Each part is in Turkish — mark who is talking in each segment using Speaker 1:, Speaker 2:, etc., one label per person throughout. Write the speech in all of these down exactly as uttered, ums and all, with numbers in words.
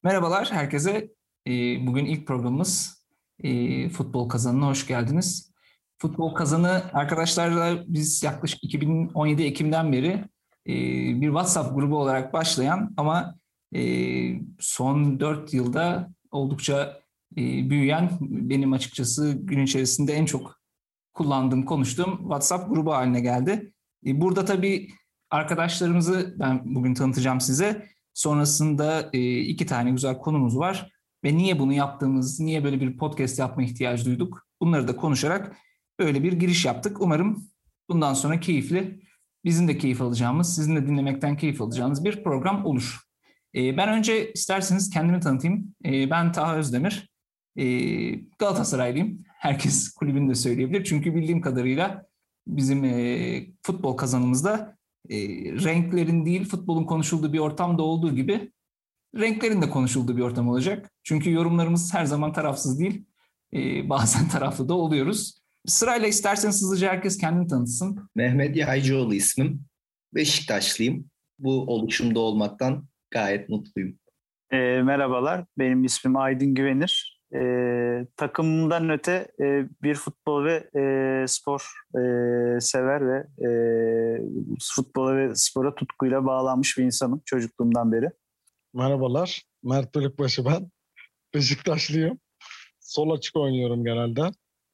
Speaker 1: Merhabalar herkese. Ee, Bugün ilk programımız ee, Futbol Kazanı'na hoş geldiniz. Futbol Kazanı arkadaşlarla biz yaklaşık iki bin on yedi Ekim'den beri ee, bir WhatsApp grubu olarak başlayan ama ee, son dört yılda oldukça ee, büyüyen, benim açıkçası gün içerisinde en çok kullandığım, konuştuğum WhatsApp grubu haline geldi. E, Burada tabii arkadaşlarımızı ben bugün tanıtacağım size. Sonrasında e, iki tane güzel konumuz var. Ve niye bunu yaptığımız, niye böyle bir podcast yapma ihtiyacı duyduk? Bunları da konuşarak böyle bir giriş yaptık. Umarım bundan sonra keyifli, bizim de keyif alacağımız, sizin de dinlemekten keyif alacağınız bir program olur. E, Ben önce isterseniz kendimi tanıtayım. E, Ben Taha Özdemir. E, Galatasaraylıyım. Herkes kulübünü de söyleyebilir. Çünkü bildiğim kadarıyla bizim e, futbol kazanımızda e, renklerin değil futbolun konuşulduğu bir ortamda olduğu gibi renklerin de konuşulduğu bir ortam olacak. Çünkü yorumlarımız her zaman tarafsız değil. E, bazen taraflı da oluyoruz. Sırayla isterseniz hızlıca herkes kendini tanıtsın.
Speaker 2: Mehmet Yaycıoğlu ismim. Beşiktaşlıyım. Bu oluşumda olmaktan gayet mutluyum.
Speaker 3: E, merhabalar, benim ismim Aydın Güvenir. E, takımımdan öte e, bir futbol ve e, spor e, sever ve e, futbola ve spora tutkuyla bağlanmış bir insanım çocukluğumdan beri.
Speaker 4: Merhabalar, Mert Bölükbaşı ben. Beşiktaşlıyım. Sol açık oynuyorum genelde.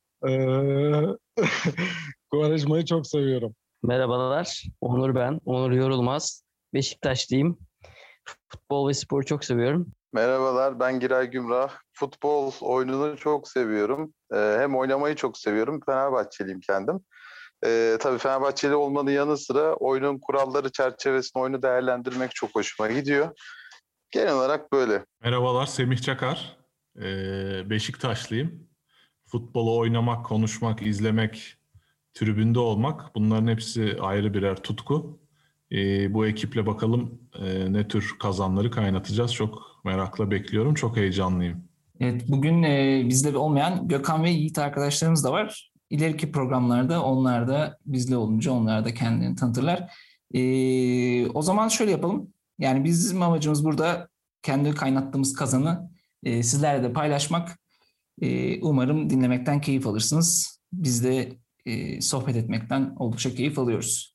Speaker 4: Ee, Quaresma'yı çok seviyorum.
Speaker 5: Merhabalar, Onur ben. Onur Yorulmaz. Beşiktaşlıyım. Futbol ve sporu çok seviyorum.
Speaker 6: Merhabalar, ben Giray Gümrah. Futbol oyununu çok seviyorum. Ee, hem oynamayı çok seviyorum. Fenerbahçeliyim kendim. Ee, tabii Fenerbahçeli olmanın yanı sıra oyunun kuralları çerçevesinde oyunu değerlendirmek çok hoşuma gidiyor. Genel olarak böyle.
Speaker 7: Merhabalar, Semih Çakar. Ee, Beşiktaşlıyım. Futbolu oynamak, konuşmak, izlemek, tribünde olmak, bunların hepsi ayrı birer tutku. Ee, bu ekiple bakalım e, ne tür kazanları kaynatacağız. Çok merakla bekliyorum, çok heyecanlıyım.
Speaker 1: Evet, bugün e, bizde olmayan Gökhan ve Yiğit arkadaşlarımız da var. İleriki programlarda onlar da bizle olunca onlar da kendilerini tanıtırlar. E, o zaman şöyle yapalım. Yani bizim amacımız burada kendi kaynattığımız kazanı e, sizlerle de paylaşmak. E, umarım dinlemekten keyif alırsınız. Biz de e, sohbet etmekten oldukça keyif alıyoruz.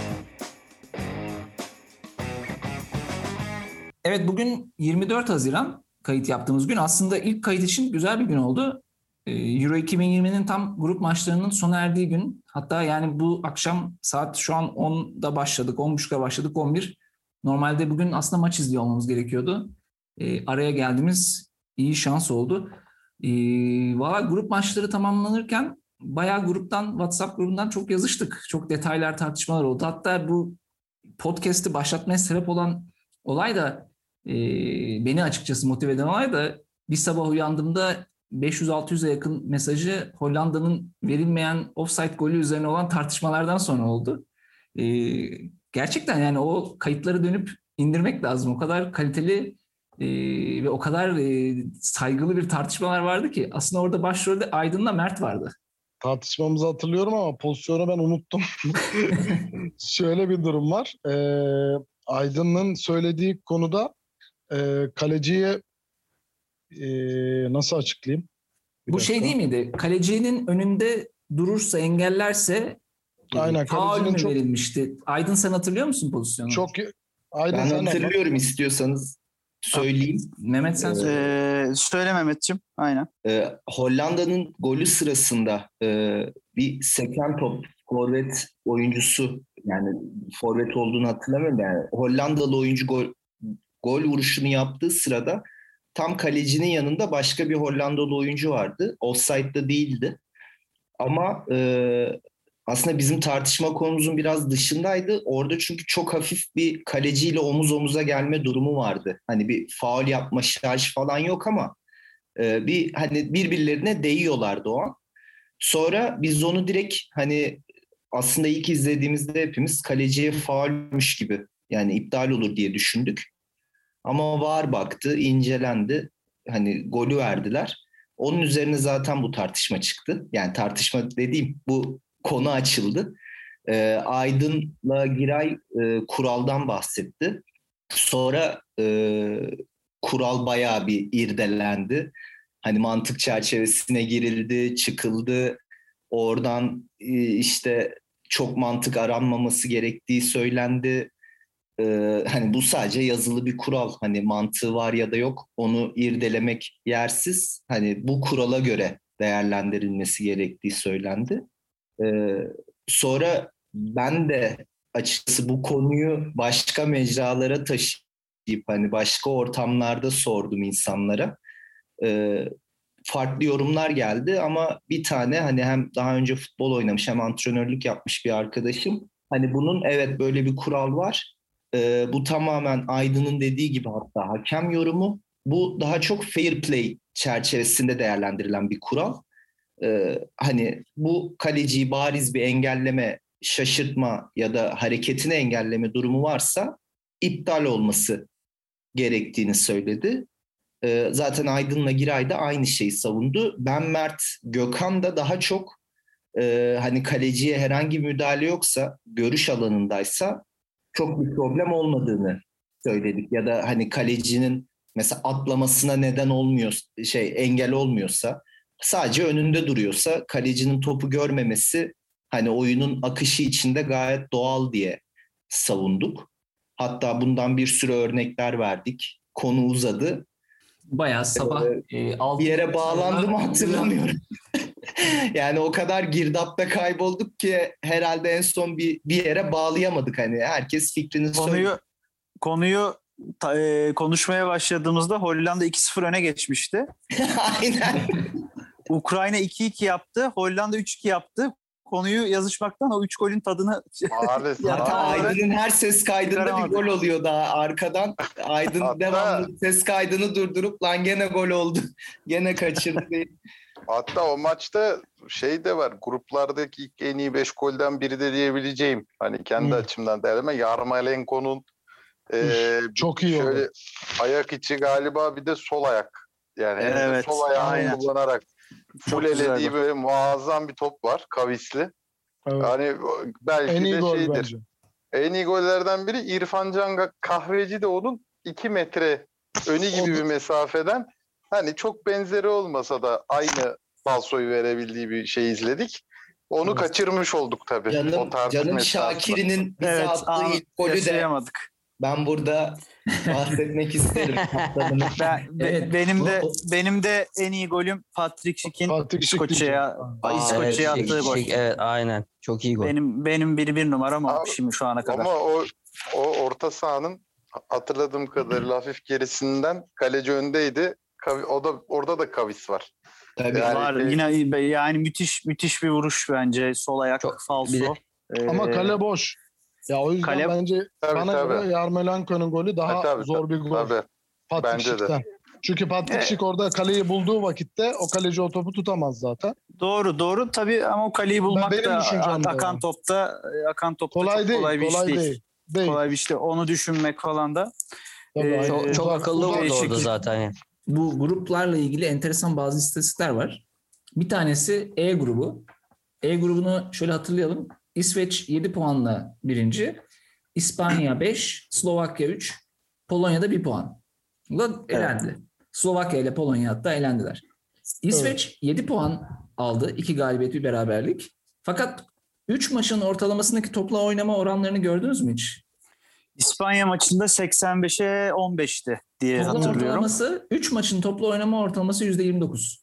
Speaker 1: Evet, bugün yirmi dört Haziran kayıt yaptığımız gün. Aslında ilk kayıt için güzel bir gün oldu. Euro iki bin yirminin tam grup maçlarının sona erdiği gün. Hatta yani bu akşam saat şu an onda başladık, on buçukta başladık, on bir. Normalde bugün aslında maç izliyor olmamız gerekiyordu. E, araya geldiğimiz iyi şans oldu. E, Valla grup maçları tamamlanırken bayağı gruptan, WhatsApp grubundan çok yazıştık. Çok detaylar, tartışmalar oldu. Hatta bu podcast'i başlatmaya sebep olan olay da e, beni açıkçası motive eden olay da bir sabah uyandığımda beş yüz altı yüze yakın mesajı Hollanda'nın verilmeyen offside golü üzerine olan tartışmalardan sonra oldu. E, gerçekten yani o kayıtları dönüp indirmek lazım. O kadar kaliteli e, ve o kadar e, saygılı bir tartışmalar vardı ki aslında orada başrolde Aydın'la Mert vardı.
Speaker 4: Tartışmamızı hatırlıyorum ama pozisyonu ben unuttum. Şöyle bir durum var. Ee, Aydın'ın söylediği konuda e, kaleciye e, nasıl açıklayayım? Bir
Speaker 1: Bu
Speaker 4: dakika.
Speaker 1: şey değil miydi? Kalecinin önünde durursa, engellerse
Speaker 4: Aynen,
Speaker 1: faul mü
Speaker 4: çok
Speaker 1: verilmişti? Aydın, sen hatırlıyor musun pozisyonu?
Speaker 4: çok Aydın,
Speaker 2: Ben
Speaker 4: sen
Speaker 2: hatırlıyorum,
Speaker 4: anlat.
Speaker 2: istiyorsanız söyleyeyim.
Speaker 1: Mehmet sen söyle.
Speaker 3: Ee, söyle Mehmetciğim, aynen.
Speaker 2: Ee, Hollanda'nın golü sırasında e, bir seken top forvet oyuncusu, yani forvet olduğunu hatırlamıyorum, yani Hollandalı oyuncu gol, gol vuruşunu yaptığı sırada tam kalecinin yanında başka bir Hollandalı oyuncu vardı. Offside'da değildi. Ama e, aslında bizim tartışma konumuzun biraz dışındaydı. Orada çünkü çok hafif bir kaleciyle omuz omuza gelme durumu vardı. Hani bir faul yapma şarj falan yok ama e, bir hani birbirlerine değiyorlardı o an. Sonra biz onu direkt hani aslında ilk izlediğimizde hepimiz kaleciye faulmüş gibi, yani iptal olur diye düşündük. Ama V A R baktı, incelendi. Hani golü verdiler. Onun üzerine zaten bu tartışma çıktı. Yani tartışma dediğim, bu konu açıldı. Ee, Aydın'la Giray e, kuraldan bahsetti. Sonra e, kural bayağı bir irdelendi. Hani mantık çerçevesine girildi, çıkıldı. Oradan işte çok mantık aranmaması gerektiği söylendi. Ee, hani bu sadece yazılı bir kural. Hani mantığı var ya da yok. Onu irdelemek yersiz. Hani bu kurala göre değerlendirilmesi gerektiği söylendi. Ee, sonra ben de açıkçası bu konuyu başka mecralara taşıyıp hani başka ortamlarda sordum insanlara. Ee, farklı yorumlar geldi ama bir tane hani hem daha önce futbol oynamış hem antrenörlük yapmış bir arkadaşım. Hani bunun evet böyle bir kural var. Ee, bu tamamen Aydın'ın dediği gibi hatta hakem yorumu. Bu daha çok fair play çerçevesinde değerlendirilen bir kural. Ee, hani bu kaleciyi bariz bir engelleme, şaşırtma ya da hareketini engelleme durumu varsa iptal olması gerektiğini söyledi. Ee, zaten Aydın'la Giray da aynı şeyi savundu. Ben, Mert, Gökhan da daha çok e, hani kaleciye herhangi bir müdahale yoksa, görüş alanındaysa çok bir problem olmadığını söyledik. Ya da hani kalecinin mesela atlamasına neden olmuyor, şey engel olmuyorsa, sadece önünde duruyorsa kalecinin topu görmemesi hani oyunun akışı içinde gayet doğal diye savunduk. Hatta bundan bir sürü örnekler verdik. Konu uzadı.
Speaker 1: Bayağı sabah
Speaker 2: Ee,
Speaker 1: e, altı
Speaker 2: bir yere bağlandı mı hatırlamıyorum. Yani o kadar girdapta kaybolduk ki herhalde en son bir bir yere bağlayamadık, hani herkes fikrini
Speaker 3: Konuyu
Speaker 2: söyledi.
Speaker 3: konuyu ta- e, konuşmaya başladığımızda Hollanda iki sıfır öne geçmişti.
Speaker 2: Aynen.
Speaker 3: Ukrayna iki iki yaptı, Hollanda üç iki yaptı. Konuyu yazışmaktan o üç golün tadını
Speaker 6: Maalesef.
Speaker 3: Ya,
Speaker 2: Hatta
Speaker 3: tamam.
Speaker 2: Aydın'ın her ses kaydında bir
Speaker 3: Çıkaramadık.
Speaker 2: gol oluyor daha arkadan. Aydın
Speaker 6: Hatta-
Speaker 2: devamlı ses kaydını durdurup lan gene gol oldu. Gene kaçırdı.
Speaker 6: Hatta o maçta şey de var. Gruplardaki ilk en iyi beş golden biri de diyebileceğim. Hani kendi
Speaker 4: Hı.
Speaker 6: açımdan değerleme. Yarmolenko'nun e,
Speaker 4: Çok iyi
Speaker 6: şöyle
Speaker 4: oldu.
Speaker 6: ayak içi galiba bir de sol ayak. Yani hem de
Speaker 3: Evet,
Speaker 6: sol ayağını
Speaker 3: aynen.
Speaker 6: kullanarak
Speaker 3: Çok
Speaker 6: full
Speaker 3: güzel
Speaker 6: elediği
Speaker 3: gol.
Speaker 6: böyle muazzam bir top var. Kavisli.
Speaker 4: Evet.
Speaker 6: Hani belki
Speaker 4: En iyi
Speaker 6: de
Speaker 4: gol
Speaker 6: şeydir.
Speaker 4: bence.
Speaker 6: En iyi gollerden biri İrfan Can Kahveci de onun iki metre önü gibi
Speaker 4: O da-
Speaker 6: bir mesafeden hani çok benzeri olmasa da aynı falsoyu verebildiği bir şey izledik. Onu
Speaker 4: Evet.
Speaker 6: kaçırmış olduk tabii.
Speaker 2: Canım,
Speaker 6: o tartışma
Speaker 2: canım
Speaker 6: esnasında.
Speaker 2: Şakir'in bize
Speaker 3: Evet,
Speaker 2: attığı
Speaker 3: anı
Speaker 2: ilk golü de
Speaker 3: yaşayamadık.
Speaker 2: ben burada bahsetmek isterim. Kaptanımın.
Speaker 3: Ben, be-
Speaker 1: Evet,
Speaker 3: benim
Speaker 1: o-
Speaker 3: de
Speaker 1: o-
Speaker 3: benim de en iyi golüm Patrick Schick'in
Speaker 4: Patrick Schick
Speaker 3: İskoçya'ya
Speaker 4: diyeceğim.
Speaker 5: Aa,
Speaker 3: İskoçya'ya
Speaker 5: evet,
Speaker 3: attığı
Speaker 5: şık,
Speaker 3: gol.
Speaker 5: şık, evet, aynen. Çok iyi gol.
Speaker 3: Benim benim bir bir numaram o
Speaker 6: Abi,
Speaker 3: şimdi şu ana kadar.
Speaker 6: Ama o o orta sahanın hatırladığım kadarıyla hafif gerisinden kaleci öndeydi. Kavi- O da orada da kavis var.
Speaker 2: Tabii.
Speaker 6: Yani-
Speaker 3: Var yine yani müthiş müthiş bir vuruş bence, sol ayak
Speaker 5: Çok-
Speaker 3: falso.
Speaker 5: bir de-
Speaker 3: Ee,
Speaker 4: Ama kale boş. Ya o yüzden
Speaker 3: kale-
Speaker 4: bence
Speaker 6: Tabii,
Speaker 4: bana
Speaker 6: tabii.
Speaker 4: göre Yarmolenko'nun golü daha
Speaker 6: Ha, tabii,
Speaker 4: zor bir gol.
Speaker 6: Tabii.
Speaker 4: Patrick
Speaker 6: bence de.
Speaker 4: Schick'ten. Çünkü Patrick
Speaker 3: Evet.
Speaker 4: Schick orada kaleyi bulduğu vakitte o kaleci o topu tutamaz zaten.
Speaker 3: Doğru doğru tabii ama o kaleyi bulmak
Speaker 4: benim
Speaker 3: da
Speaker 4: düşüncem de
Speaker 3: akan
Speaker 4: o.
Speaker 3: topta akan topta
Speaker 4: Kolay
Speaker 3: çok
Speaker 4: değil,
Speaker 3: kolay bir iş
Speaker 4: kolay
Speaker 3: değil.
Speaker 4: değil. Değil.
Speaker 3: Kolay bir iş değil. Onu düşünmek falan da.
Speaker 4: Tabii,
Speaker 3: Ee,
Speaker 4: aynen.
Speaker 5: Çok, çok
Speaker 4: Uzak-
Speaker 5: akıllı
Speaker 4: uzak-
Speaker 5: vurdu orada
Speaker 3: değişik.
Speaker 5: zaten. Yani.
Speaker 1: Bu gruplarla ilgili enteresan bazı istatistikler var. Bir tanesi E grubu. E grubunu şöyle hatırlayalım. İsveç yedi puanla birinci. İspanya beş, Slovakya üç, Polonya'da bir puan. Bu da elendi. Slovakya ile Polonya hatta elendiler. İsveç yedi puan aldı. iki galibiyet, bir beraberlik. Fakat üç maçın ortalamasındaki topla oynama oranlarını gördünüz mü hiç?
Speaker 3: İspanya maçında seksen beşe on beşti diye
Speaker 1: Toplam
Speaker 3: hatırlıyorum.
Speaker 1: ortalaması üç maçın toplu oynama ortalaması yüzde yirmi dokuz.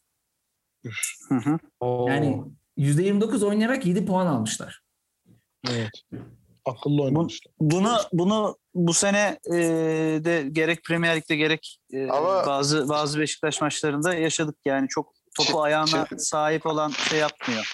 Speaker 3: Hı hı.
Speaker 5: Oo.
Speaker 1: Yani yüzde yirmi dokuz oynayarak yedi puan almışlar.
Speaker 4: Evet. Akıllı oynamışlar.
Speaker 3: Bunu bunu bu sene e, de gerek Premier Lig'de gerek e,
Speaker 6: Ama-
Speaker 3: bazı bazı Beşiktaş maçlarında yaşadık. Yani çok topu
Speaker 6: Şimdi-
Speaker 3: ayağına
Speaker 6: şimdi-
Speaker 3: sahip olan şey yapmıyor.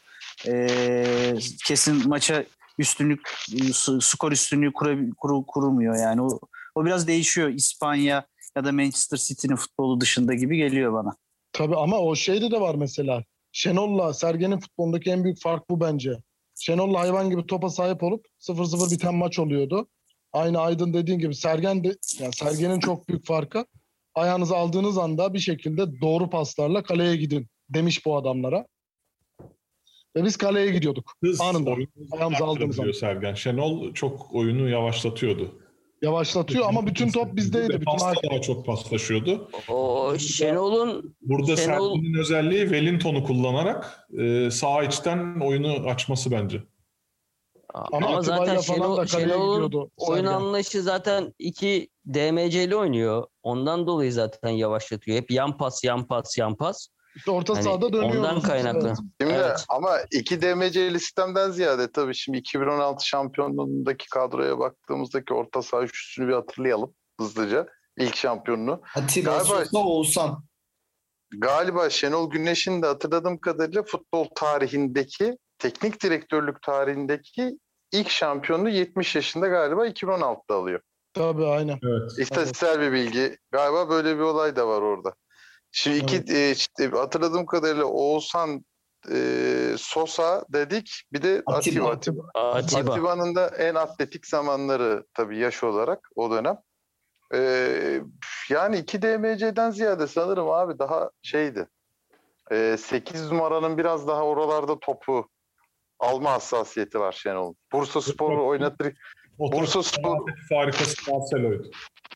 Speaker 3: E, kesin maça üstünlük, s- skor üstünlüğü kura- kuru, kurmuyor yani. O, o biraz değişiyor İspanya ya da Manchester City'nin futbolu dışında gibi geliyor bana.
Speaker 4: Tabii ama o şeyde de var mesela. Şenol'la Sergen'in futbolundaki en büyük fark bu bence. Şenol'la hayvan gibi topa sahip olup sıfır sıfır biten maç oluyordu. Aynı Aydın dediğin gibi Sergen de, yani Sergen'in çok büyük farkı, ayağınızı aldığınız anda bir şekilde doğru paslarla kaleye gidin demiş bu adamlara. Ve biz kaleye gidiyorduk.
Speaker 7: Hız
Speaker 4: Anında.
Speaker 7: oyunu
Speaker 4: Ayağımızı aldığımız
Speaker 7: arttırabiliyor Sergen. Şenol çok oyunu yavaşlatıyordu.
Speaker 4: Yavaşlatıyor ama bütün top bizdeydi. Bütün
Speaker 7: Pasta daha çok paslaşıyordu.
Speaker 5: O Şenol'un
Speaker 7: Burada
Speaker 5: Şenol...
Speaker 7: Sergen'in özelliği Wellington'u kullanarak e, sağ içten oyunu açması bence.
Speaker 5: Ama, ama zaten Şenol, Şenol'un oyun anlayışı zaten iki D M C'li oynuyor. Ondan dolayı zaten yavaşlatıyor. Hep yan pas, yan pas, yan pas.
Speaker 4: İşte orta
Speaker 5: hani
Speaker 4: sahada dönüyor.
Speaker 5: Ondan kaynaklı.
Speaker 6: Evet. Şimdi
Speaker 5: evet.
Speaker 6: Ama iki D M C'li sistemden ziyade tabii şimdi iki bin on altı şampiyonluğundaki kadroya baktığımızdaki orta saha üçlüsünü bir hatırlayalım hızlıca. İlk şampiyonluğu.
Speaker 2: Atiba, Sosa, Oğuzhan.
Speaker 6: Galiba Şenol Güneş'in de hatırladığım kadarıyla futbol tarihindeki, teknik direktörlük tarihindeki ilk şampiyonluğu yetmiş yaşında galiba iki bin on altıda alıyor.
Speaker 4: Tabii aynen.
Speaker 7: Evet.
Speaker 6: İstatistiksel bir bilgi. Galiba böyle bir olay da var orada. Şimdi iki evet. e, işte hatırladığım kadarıyla Oğuzhan, e, Sosa dedik. Bir de Atiba.
Speaker 5: Atiba. Atiba.
Speaker 6: Atiba'nın da en atletik zamanları tabii yaş olarak o dönem. E, yani iki D M C'den ziyade sanırım abi daha şeydi. E, sekiz numaranın biraz daha oralarda topu alma hassasiyeti var Şenol. Bursaspor'u oynatır. Bursaspor
Speaker 7: farikası Marcelo'ydu.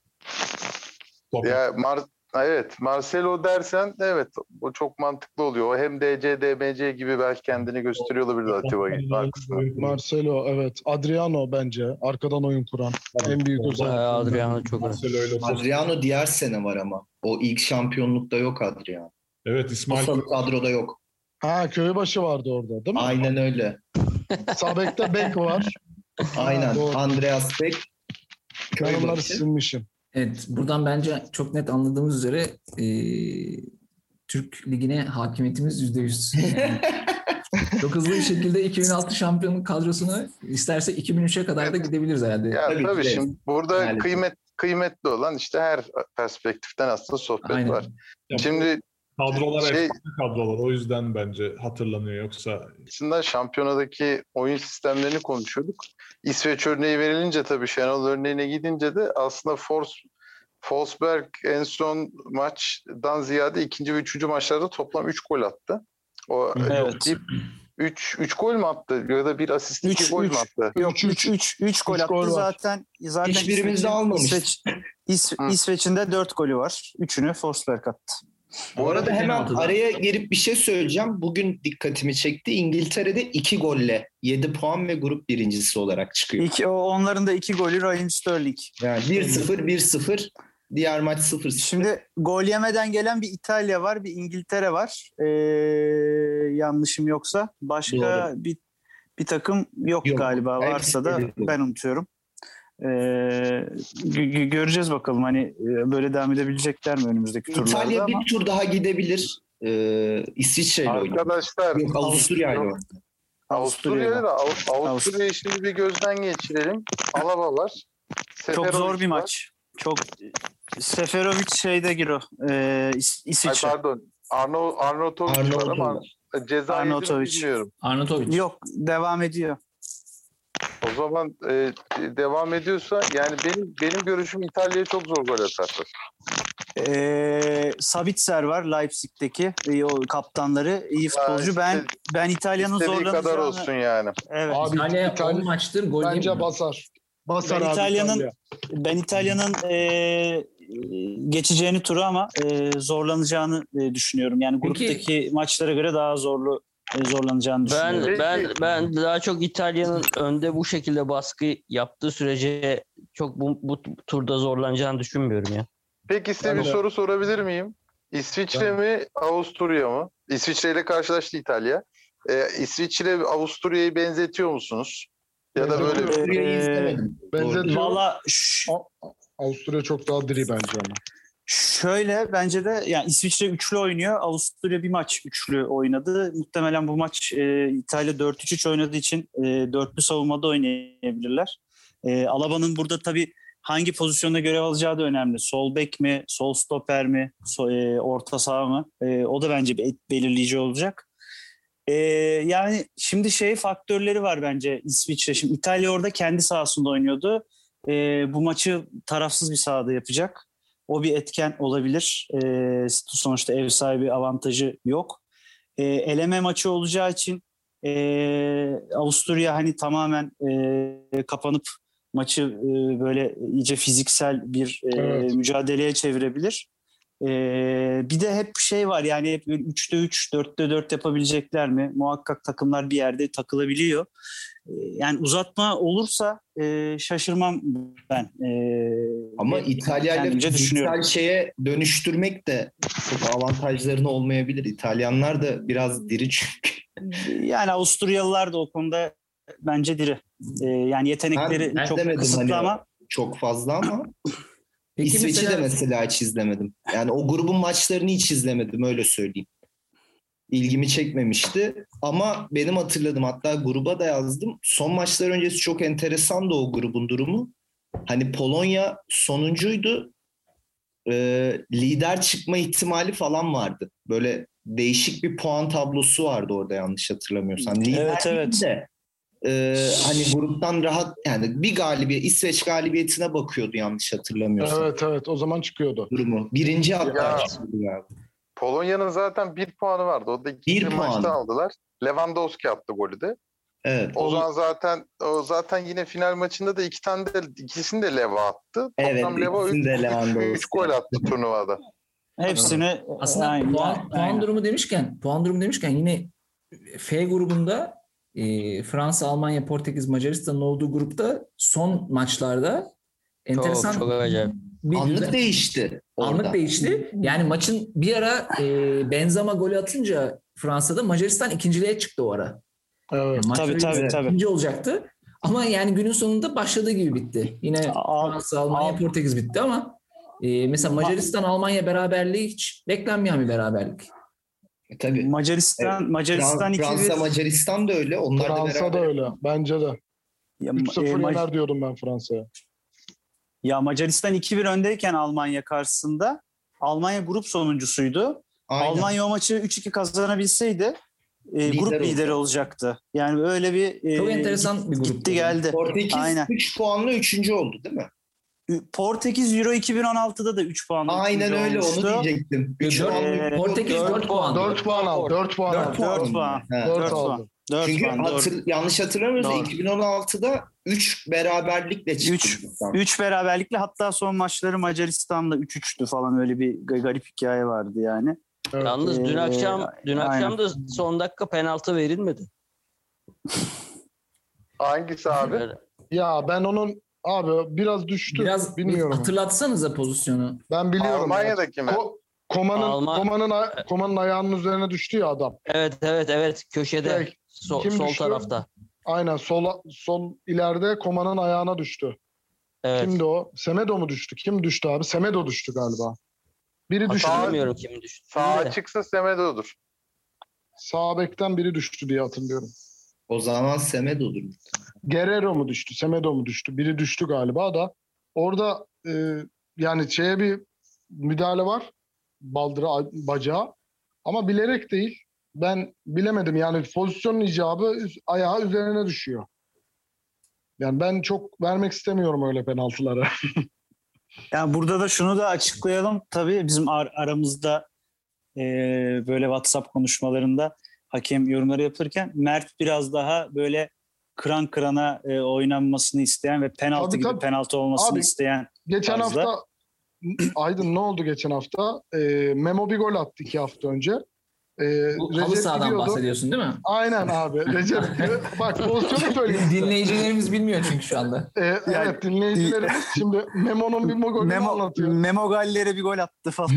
Speaker 6: Ya Mar evet, Marcelo dersen evet o çok mantıklı oluyor. O hem D C, D M C gibi belki kendini gösteriyor olabilir Atiba gibi.
Speaker 4: Marcelo evet. Adriano bence arkadan oyun kuran. Evet. En büyük özellik.
Speaker 5: Adriano çok önemli.
Speaker 2: Adriano diğer sene var ama. O ilk şampiyonlukta yok Adriano.
Speaker 7: Evet, İsmail
Speaker 2: o kadroda yok.
Speaker 4: Ha, Köybaşı vardı orada değil mi?
Speaker 2: Aynen öyle.
Speaker 4: Sağ bekte Beck var.
Speaker 2: Aynen. Ha, Andreas Beck.
Speaker 4: Ben onları silmişim.
Speaker 1: Evet, buradan bence çok net anladığımız üzere e, Türk Ligi'ne hakimiyetimiz yüzde yüz. Yani çok hızlı bir şekilde iki bin altı şampiyonluk kadrosunu isterse iki bin üçe kadar da gidebiliriz herhalde.
Speaker 6: Ya tabii, tabii şimdi burada
Speaker 2: yani.
Speaker 6: kıymet kıymetli olan işte her perspektiften aslında sohbet Aynen. var.
Speaker 7: Ya,
Speaker 6: şimdi
Speaker 7: kadrolar şey, kadrolar o yüzden bence hatırlanıyor yoksa.
Speaker 6: Aslında şampiyonadaki oyun sistemlerini konuşuyorduk. İsveç örneği verilince tabii Şenol örneğine gidince de aslında Fors, Forsberg en son maçtan ziyade ikinci ve üçüncü maçlarda toplam üç gol attı. O
Speaker 3: evet.
Speaker 6: üç üç gol mü attı ya da bir asist iki gol mü attı?
Speaker 3: Yok üç üç üç gol attı gol zaten. Zaten
Speaker 2: hiçbirimiz de almamış.
Speaker 3: İsveç, İs, İsveç'in de dört golü var. Üçünü Forsberg attı.
Speaker 2: Bu arada hemen araya girip bir şey söyleyeceğim. Bugün dikkatimi çekti. İngiltere'de iki golle yedi puan ve grup birincisi olarak çıkıyor.
Speaker 3: İki, onların da iki golü Raheem Sterling.
Speaker 2: Yani bir sıfır bir sıfır. Diğer maç sıfır sıfır.
Speaker 3: Şimdi gol yemeden gelen bir İtalya var, bir İngiltere var. Ee, yanlışım yoksa. Başka Doğru. bir bir takım yok, yok. galiba. Varsa da ben unutuyorum. Ee, g- göreceğiz bakalım hani böyle devam edebilecekler mi önümüzdeki turlarda.
Speaker 2: İtalya bir
Speaker 3: ama...
Speaker 2: tur daha gidebilir. Ee, İsviçre'yle oynuyor.
Speaker 6: Arkadaşlar
Speaker 2: yok, Avusturya'yla oynuyor.
Speaker 6: Avusturya'yla da Avusturya'yı şimdi bir gözden geçirelim. Alaba var.
Speaker 3: Çok zor bir var. maç. Çok Seferovic şeyde giriyor. Ee, İs- İsviçre.
Speaker 6: Ay pardon. Arno Arnautovic var ama ceza bilmiyorum.
Speaker 5: Arnautovic.
Speaker 3: Yok, devam ediyor.
Speaker 6: O zaman e, devam ediyorsa yani benim benim görüşüm İtalya'ya çok zor gol atarlar.
Speaker 3: Ee, Sabitzer var Leipzig'teki e, o kaptanları iyi futbolcu. Ya ben işte, ben İtalya'nın zorlanacağını
Speaker 6: kadar olsun yani.
Speaker 3: Evet.
Speaker 1: Abi İtalya on maçtır gol
Speaker 4: bence
Speaker 1: yemiyor.
Speaker 4: basar. Basar
Speaker 3: ben
Speaker 4: abi
Speaker 3: İtalya'nın
Speaker 4: İtalya.
Speaker 3: ben İtalya'nın e, geçeceğini turu ama e, zorlanacağını e, düşünüyorum. Yani gruptaki Peki, maçlara göre daha zorlu zorlanacağını
Speaker 5: ben,
Speaker 3: düşünüyorum.
Speaker 5: Ben ben daha çok İtalya'nın önde bu şekilde baskı yaptığı sürece çok bu, bu turda zorlanacağını düşünmüyorum ya.
Speaker 6: Peki size ben bir de. soru sorabilir miyim? İsviçre ben. mi, Avusturya mı? İsviçre ile karşılaştı İtalya. Ee, İsviçre Avusturya'yı benzetiyor musunuz? Ya da böyle
Speaker 2: Avusturya'yı izlemedim.
Speaker 4: Benzetiyor.
Speaker 3: Valla
Speaker 4: Avusturya çok daha diri bence ama.
Speaker 3: Şöyle bence de yani İsviçre üçlü oynuyor. Avusturya bir maç üçlü oynadı. Muhtemelen bu maç e, İtalya dört üç üç oynadığı için e, dörtlü savunmada oynayabilirler. E, Alaba'nın burada tabii hangi pozisyonda görev alacağı da önemli. Sol bek mi, sol stoper mi, so, e, orta saha mı? E, o da bence bir belirleyici olacak. E, yani şimdi şey faktörleri var bence İsviçre. Şimdi İtalya orada kendi sahasında oynuyordu. E, bu maçı tarafsız bir sahada yapacak. O bir etken olabilir. E, sonuçta ev sahibi avantajı yok. E, eleme maçı olacağı için e, Avusturya hani tamamen e, kapanıp maçı e, böyle iyice fiziksel bir e,
Speaker 4: Evet.
Speaker 3: mücadeleye çevirebilir. E, bir de hep şey var yani hep üçte üç, dörtte dört yapabilecekler mi? Muhakkak takımlar bir yerde takılabiliyor. E, yani uzatma olursa e, şaşırmam ben. E,
Speaker 2: Ama İtalya ile
Speaker 3: kendimce düşünüyorum.
Speaker 2: fiziksel şeye dönüştürmek de çok avantajlarını olmayabilir. İtalyanlar da biraz diri çünkü.
Speaker 3: Yani Avusturyalılar da o konuda bence diri. E, yani yetenekleri
Speaker 2: Ben
Speaker 3: çok
Speaker 2: izlemedim
Speaker 3: kısıtlı
Speaker 2: hani
Speaker 3: ama
Speaker 2: çok fazla ama
Speaker 1: Peki
Speaker 2: İsveç'i
Speaker 1: mesela-
Speaker 2: de mesela hiç izlemedim. Yani o grubun maçlarını hiç izlemedim, öyle söyleyeyim. İlgimi çekmemişti ama benim hatırladım, hatta gruba da yazdım. Son maçlar öncesi çok enteresandı o grubun durumu. Hani Polonya sonuncuydu. Ee, lider çıkma ihtimali falan vardı. Böyle değişik bir puan tablosu vardı orada, yanlış hatırlamıyorsam. Lider
Speaker 3: Evet,
Speaker 2: değil
Speaker 3: evet.
Speaker 2: de e, hani gruptan rahat, yani bir galibiyet, İsveç galibiyetine bakıyordu yanlış hatırlamıyorsam.
Speaker 4: Evet evet o zaman çıkıyordu.
Speaker 2: Durumu. Birinci hatta
Speaker 6: Ya.
Speaker 2: çıkıyordu galiba.
Speaker 6: Polonya'nın zaten bir puanı vardı. O da ikinci
Speaker 2: Bir
Speaker 6: maçta
Speaker 2: puan.
Speaker 6: aldılar. Lewandowski attı golü de.
Speaker 2: Evet.
Speaker 6: O zaman zaten o zaten yine final maçında da iki tane de ikisini de Leva attı.
Speaker 2: Evet,
Speaker 6: Toplam Leva
Speaker 2: ikisini de Lewandowski
Speaker 6: üç gol attı turnuvada.
Speaker 3: hepsini
Speaker 1: Aslında
Speaker 3: aynen,
Speaker 1: puan, puan
Speaker 3: aynen.
Speaker 1: durumu demişken, puan durumu demişken yine F grubunda e, Fransa, Almanya, Portekiz, Macaristan'ın olduğu grupta son maçlarda enteresan
Speaker 5: Çok çok acayip.
Speaker 1: bir
Speaker 2: Anlık
Speaker 1: düzen-
Speaker 2: değişti orada.
Speaker 1: Anlık değişti. Yani maçın bir ara e, Benzema golü atınca Fransa'da Macaristan ikinciliğe çıktı o ara.
Speaker 4: Evet.
Speaker 1: Yani maç
Speaker 3: Tabii,
Speaker 1: öyle
Speaker 3: tabii,
Speaker 1: bir
Speaker 3: tabii.
Speaker 1: ikinci olacaktı. Ama yani günün sonunda başladığı gibi bitti. Yine
Speaker 3: Al-
Speaker 1: Fransa, Almanya,
Speaker 3: al-
Speaker 1: Portekiz bitti ama e, mesela Macaristan, Almanya beraberliği hiç beklenmeyen bir beraberlik.
Speaker 2: E, Tabii.
Speaker 3: Macaristan
Speaker 2: Evet.
Speaker 3: Macaristan
Speaker 2: Fran- Fransa,
Speaker 3: iki bir
Speaker 2: Macaristan da öyle. Onlar da
Speaker 4: Fransa da
Speaker 2: beraber.
Speaker 4: öyle. Bence de.
Speaker 3: ya,
Speaker 4: üç sıfır
Speaker 3: e, Ma-
Speaker 4: yener diyordum ben Fransa'ya.
Speaker 3: ya Macaristan iki bir öndeyken Almanya karşısında Almanya grup sonuncusuydu.
Speaker 2: Aynen.
Speaker 3: Almanya o maçı üç iki kazanabilseydi e,
Speaker 2: Lider
Speaker 3: grup lideri
Speaker 2: olacak.
Speaker 3: olacaktı. Yani öyle bir e,
Speaker 1: Çok enteresan bir grup.
Speaker 3: gitti geldi.
Speaker 2: Portekiz
Speaker 3: Aynen.
Speaker 2: üç puanla üçüncü oldu değil mi?
Speaker 3: Portekiz Euro iki bin on altıda da üç puanla
Speaker 2: Aynen
Speaker 3: üçüncü
Speaker 2: öyle,
Speaker 3: olmuştu.
Speaker 2: onu diyecektim. üç
Speaker 1: Dört-
Speaker 2: puanla
Speaker 3: Ee,
Speaker 2: üçüncü
Speaker 1: Portekiz
Speaker 2: oldu.
Speaker 1: dört puan.
Speaker 4: dört puan al. dört puan
Speaker 1: Dört
Speaker 4: al.
Speaker 1: puan.
Speaker 3: dört puan.
Speaker 2: Ha.
Speaker 4: dört
Speaker 3: dört puan.
Speaker 4: aldı.
Speaker 3: dört
Speaker 2: Çünkü
Speaker 3: puan. doğru.
Speaker 2: hatır, yanlış hatırlamıyorsam
Speaker 3: Doğru.
Speaker 2: iki bin on altıda üç beraberlikle çıktı.
Speaker 3: Üç-
Speaker 2: gruptan.
Speaker 3: üç beraberlikle, hatta son maçları Macaristan'da üç üçtü falan, öyle bir ga- garip hikaye vardı yani.
Speaker 4: Evet.
Speaker 5: Yalnız dün
Speaker 3: Ee,
Speaker 5: akşam dün
Speaker 3: aynen.
Speaker 5: akşam da son dakika penaltı verilmedi.
Speaker 6: Hangisi abi?
Speaker 5: Böyle.
Speaker 4: Ya ben onun abi biraz düştü.
Speaker 1: Biraz
Speaker 4: Bilmiyorum.
Speaker 1: hatırlatsanıza pozisyonu.
Speaker 4: Ben biliyorum.
Speaker 6: Almanya'daki mi?
Speaker 4: Ko- Komanın,
Speaker 5: Alman-
Speaker 4: Komanın, a- Komanın ayağının üzerine düştü ya adam.
Speaker 5: Evet evet evet köşede
Speaker 4: Şey,
Speaker 5: so-
Speaker 4: kim
Speaker 5: sol
Speaker 4: düştü?
Speaker 5: tarafta.
Speaker 4: Aynen sol, sol ileride Komanın ayağına düştü.
Speaker 5: Evet.
Speaker 4: Kimdi o? Semedo mu düştü? Kim düştü abi? Semedo düştü galiba. Biri düştü.
Speaker 5: Hatırlamıyorum kim düştü.
Speaker 6: Sağ
Speaker 5: de.
Speaker 6: açıksa Semedo'dur.
Speaker 4: Sağ bekten biri düştü diye hatırlıyorum.
Speaker 2: O zaman Semedo'dur.
Speaker 4: Guerrero mu düştü? Semedo mu düştü? Biri düştü galiba da. Orada e, yani şeye bir müdahale var. Baldıra bacağı. Ama bilerek değil. Ben bilemedim. Yani pozisyonun icabı üz- ayağı üzerine düşüyor. Yani ben çok vermek istemiyorum öyle penaltıları.
Speaker 3: Yani burada da şunu da açıklayalım. Tabii bizim ar- aramızda e, böyle WhatsApp konuşmalarında hakem yorumları yapılırken Mert biraz daha böyle kıran kırana e, oynanmasını isteyen ve penaltı
Speaker 4: Tabii,
Speaker 3: gibi
Speaker 4: tabii.
Speaker 3: penaltı olmasını
Speaker 4: Abi,
Speaker 3: isteyen.
Speaker 4: Geçen
Speaker 3: Tarzda.
Speaker 4: hafta Aydın ne oldu geçen hafta? E, Memo bir gol attı iki hafta önce. E,
Speaker 1: Bu halı
Speaker 4: Recep
Speaker 1: sahadan
Speaker 4: gidiyordu.
Speaker 1: bahsediyorsun değil mi?
Speaker 4: Aynen abi. Recep bak pozisyonu söyleyeyim. size.
Speaker 1: Dinleyicilerimiz bilmiyor çünkü şu anda.
Speaker 4: E, evet dinleyicilerimiz şimdi Memo'nun bir golünü
Speaker 3: Memo,
Speaker 4: anlatıyor.
Speaker 3: Memo Galler'e bir gol attı falan.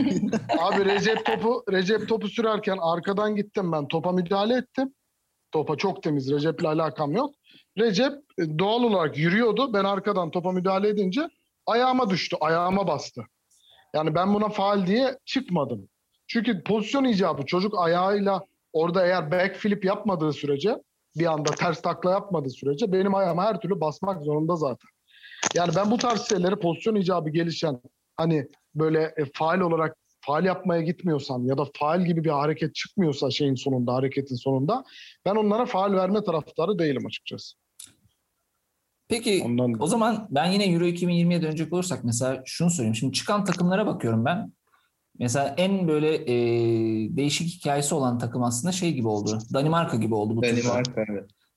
Speaker 4: Abi Recep topu Recep topu sürerken arkadan gittim ben. Topa müdahale ettim. Topa çok temiz. Recep'le alakam yok. Recep e, doğal olarak yürüyordu. Ben arkadan topa müdahale edince ayağıma düştü. Ayağıma bastı. Yani ben buna faul diye çıkmadım. Çünkü pozisyon icabı. Çocuk ayağıyla orada eğer backflip yapmadığı sürece, bir anda ters takla yapmadığı sürece benim ayağıma her türlü basmak zorunda zaten. Yani ben bu tarz şeyleri pozisyon icabı gelişen, hani böyle e, faul olarak faul yapmaya gitmiyorsam ya da faul gibi bir hareket çıkmıyorsa şeyin sonunda, hareketin sonunda, ben onlara faul verme taraftarı değilim açıkçası.
Speaker 1: Peki
Speaker 4: Ondan
Speaker 1: o zaman ben yine Euro iki bin yirmiye dönecek olursak mesela şunu söyleyeyim. Şimdi çıkan takımlara bakıyorum ben. Mesela en böyle e, değişik hikayesi olan takım aslında şey gibi oldu. Danimarka gibi oldu bu turda.
Speaker 2: Danimarka evet.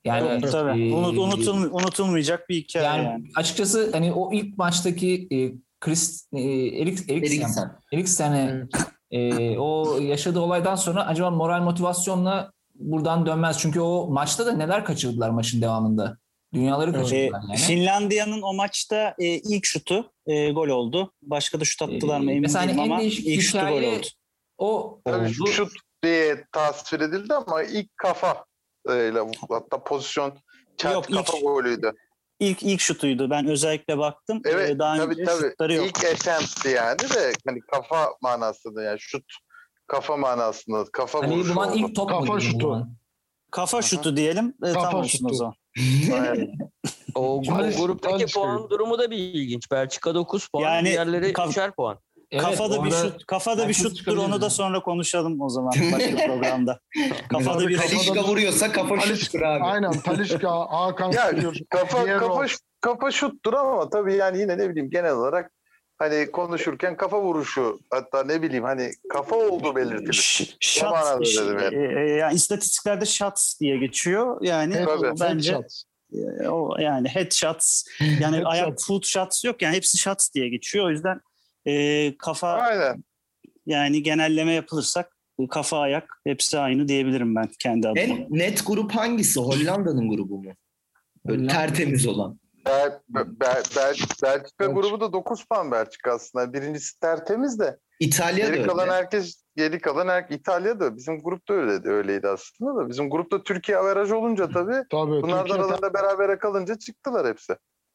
Speaker 5: Yani
Speaker 3: evet, tabii.
Speaker 5: e,
Speaker 3: Unut, unutul, unutulmayacak bir hikaye yani.
Speaker 1: yani. Açıkçası hani o ilk maçtaki e, Chris e, Erik Eriksen Eriksen'e e, o yaşadığı olaydan sonra acaba moral motivasyonla buradan dönmez. Çünkü o maçta da neler kaçırdılar maçın devamında. Dünyaları kaçırdılar yani.
Speaker 3: Finlandiya'nın o maçta e, ilk şutu e, gol oldu. Başka da şut attılar mı emin
Speaker 1: Mesela
Speaker 3: değilim
Speaker 1: en
Speaker 3: ama
Speaker 1: değişik
Speaker 3: ilk şutu gol
Speaker 1: hikaye
Speaker 3: oldu.
Speaker 1: o
Speaker 6: Tabii
Speaker 1: oldu.
Speaker 6: şut diye tasvir edildi ama ilk kafa ile hatta pozisyon çat
Speaker 3: Yok,
Speaker 6: kafa
Speaker 3: ilk-
Speaker 6: golüydü.
Speaker 3: İlk ilk şutuydu. Ben özellikle baktım.
Speaker 6: Evet
Speaker 3: E, daha
Speaker 6: tabii
Speaker 3: önce
Speaker 6: tabii.
Speaker 3: şutları yok.
Speaker 6: İlk attempt'ti yani de hani kafa manasında yani şut kafa manasında kafa
Speaker 1: Hani
Speaker 6: vuruşu
Speaker 1: bulan
Speaker 6: oldu.
Speaker 1: ilk top
Speaker 4: Kafa
Speaker 1: mu diyeyim o
Speaker 4: şutu.
Speaker 1: zaman?
Speaker 3: Kafa
Speaker 6: Aha.
Speaker 3: şutu diyelim. E,
Speaker 4: Kafa
Speaker 3: tam olsun
Speaker 4: şutu.
Speaker 3: o zaman.
Speaker 6: Aynen.
Speaker 5: O, o
Speaker 4: Taliş-
Speaker 5: gruptaki
Speaker 4: Taliş
Speaker 5: puan
Speaker 4: köyü.
Speaker 5: durumu da bir ilginç. Belçika dokuz puan,
Speaker 3: Yani
Speaker 5: diğerleri
Speaker 3: kaf-
Speaker 5: üçer puan.
Speaker 1: Evet,
Speaker 3: kafada bir
Speaker 1: orada
Speaker 3: şut, kafada bir
Speaker 1: herkes
Speaker 3: şuttur
Speaker 1: çıkabilir
Speaker 3: onu da
Speaker 1: yani.
Speaker 3: sonra konuşalım o zaman başka programda. Kafada
Speaker 4: Tabii
Speaker 3: bir
Speaker 4: kafada-
Speaker 2: Talişka vuruyorsa kafa
Speaker 4: Taliş-
Speaker 2: şuttur abi.
Speaker 4: Aynen Talişka, Hakan
Speaker 6: Ya
Speaker 4: Sıkıyor.
Speaker 6: kafa
Speaker 4: Diego.
Speaker 6: kafa kafa şuttur ama tabii yani yine ne bileyim genel olarak hani konuşurken kafa vuruşu hatta ne bileyim hani kafa olduğu belirtilir.
Speaker 3: Ş-
Speaker 6: O manada
Speaker 3: Shots,
Speaker 6: dedim yani.
Speaker 3: e, e, yani istatistiklerde shots diye geçiyor. Yani
Speaker 4: Head-
Speaker 6: Tabii.
Speaker 3: o bence
Speaker 4: headshot.
Speaker 3: e, o yani headshots yani
Speaker 4: Headshot.
Speaker 3: ayak foot shots yok yani hepsi shots diye geçiyor. O yüzden e, kafa
Speaker 6: Aynen.
Speaker 3: yani genelleme yapılırsak kafa ayak hepsi aynı diyebilirim ben kendi adıma.
Speaker 2: En net grup hangisi? Hollanda'nın grubu mu? Böyle
Speaker 1: Hollanda.
Speaker 2: tertemiz olan.
Speaker 6: Bel, Bel, Bel, Belçika
Speaker 4: Belçika.
Speaker 6: grubu da dokuz puan Belçika aslında. Birincisi tertemiz de.
Speaker 2: İtalya da
Speaker 6: Geri kalan
Speaker 2: öyle.
Speaker 6: herkes, geri kalan her İtalya da bizim grupta öyleydi, öyleydi aslında da. Bizim grupta Türkiye averaj olunca tabii
Speaker 4: Tabii.
Speaker 6: bunlar da
Speaker 4: Türkiye ter-
Speaker 6: aralarında berabere kalınca çıktılar hepsi.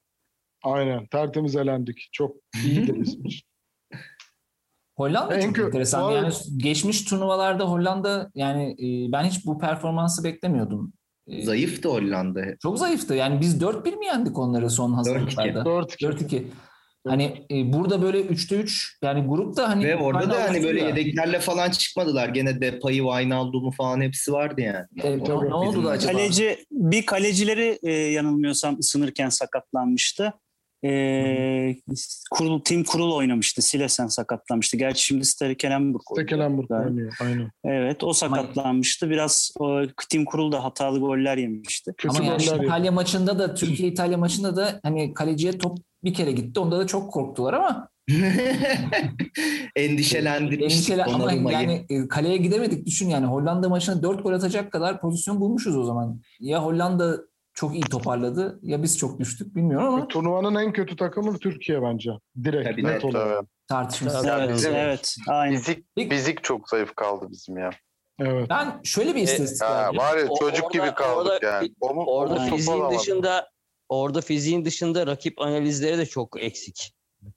Speaker 4: Aynen. Tertemiz elendik. Çok iyiydi bizim için.
Speaker 1: Hollanda
Speaker 4: En
Speaker 1: çok
Speaker 4: kö-
Speaker 1: enteresan.
Speaker 4: Doğru.
Speaker 1: Yani geçmiş turnuvalarda Hollanda yani e, ben hiç bu performansı beklemiyordum. E,
Speaker 2: Zayıf da Hollanda.
Speaker 1: Çok zayıftı. Yani biz dört bir mi yendik onları son hazırlıklarda?
Speaker 4: dört iki.
Speaker 1: dört iki. Hani e, burada böyle üçte üç yani grupta hani
Speaker 2: Ve orada da
Speaker 1: Ukrayna
Speaker 2: hani böyle
Speaker 1: Avusturya.
Speaker 2: yedeklerle falan çıkmadılar. Gene Depay'ı, Wijnaldum'u falan hepsi vardı yani.
Speaker 1: E, ne,
Speaker 4: Tabii.
Speaker 1: ne oldu da acaba?
Speaker 3: Kaleci bir kalecileri e, yanılmıyorsam ısınırken sakatlanmıştı. E, kurul tim kurul oynamıştı. Silesen sakatlanmıştı. Gerçi şimdi Stekelenburg oynuyor.
Speaker 4: Stekelenburg
Speaker 3: Yani,
Speaker 4: oynuyor. Aynen.
Speaker 3: evet o sakatlanmıştı. Biraz o tim kurul da hatalı goller yemişti.
Speaker 4: Kötü
Speaker 1: Ama yani
Speaker 4: goller yedi.
Speaker 1: İtalya maçında da Türkiye İtalya maçında da hani kaleciye top bir kere gitti. Onda da çok korktular ama
Speaker 2: Endişelendirmiştik
Speaker 1: endişeli ama
Speaker 2: Donnarumma'yı.
Speaker 1: yani e, kaleye gidemedik. Düşün yani Hollanda maçına dört gol atacak kadar pozisyon bulmuşuz o zaman. Ya Hollanda çok iyi toparladı ya biz çok düştük bilmiyorum ama
Speaker 4: Turnuvanın en kötü takımı Türkiye bence. Direkt
Speaker 2: Tabii,
Speaker 4: net
Speaker 2: net,
Speaker 4: olarak.
Speaker 6: Tabii.
Speaker 1: tartışmasız.
Speaker 6: Ya
Speaker 3: Evet,
Speaker 6: bizim-
Speaker 3: evet, aynen.
Speaker 6: Fizik,
Speaker 1: Peki-
Speaker 6: fizik çok zayıf kaldı bizim ya.
Speaker 4: Evet.
Speaker 1: Ben şöyle bir istatistik
Speaker 6: Ha,
Speaker 1: vereceğim.
Speaker 6: var ya
Speaker 5: O-
Speaker 6: çocuk
Speaker 5: orada-
Speaker 6: gibi kaldık
Speaker 5: orada-
Speaker 6: yani. Omu,
Speaker 5: Orada
Speaker 6: omuz topu
Speaker 5: fiziğin
Speaker 6: alamadık.
Speaker 5: dışında orada fiziğin dışında rakip analizleri de çok eksik.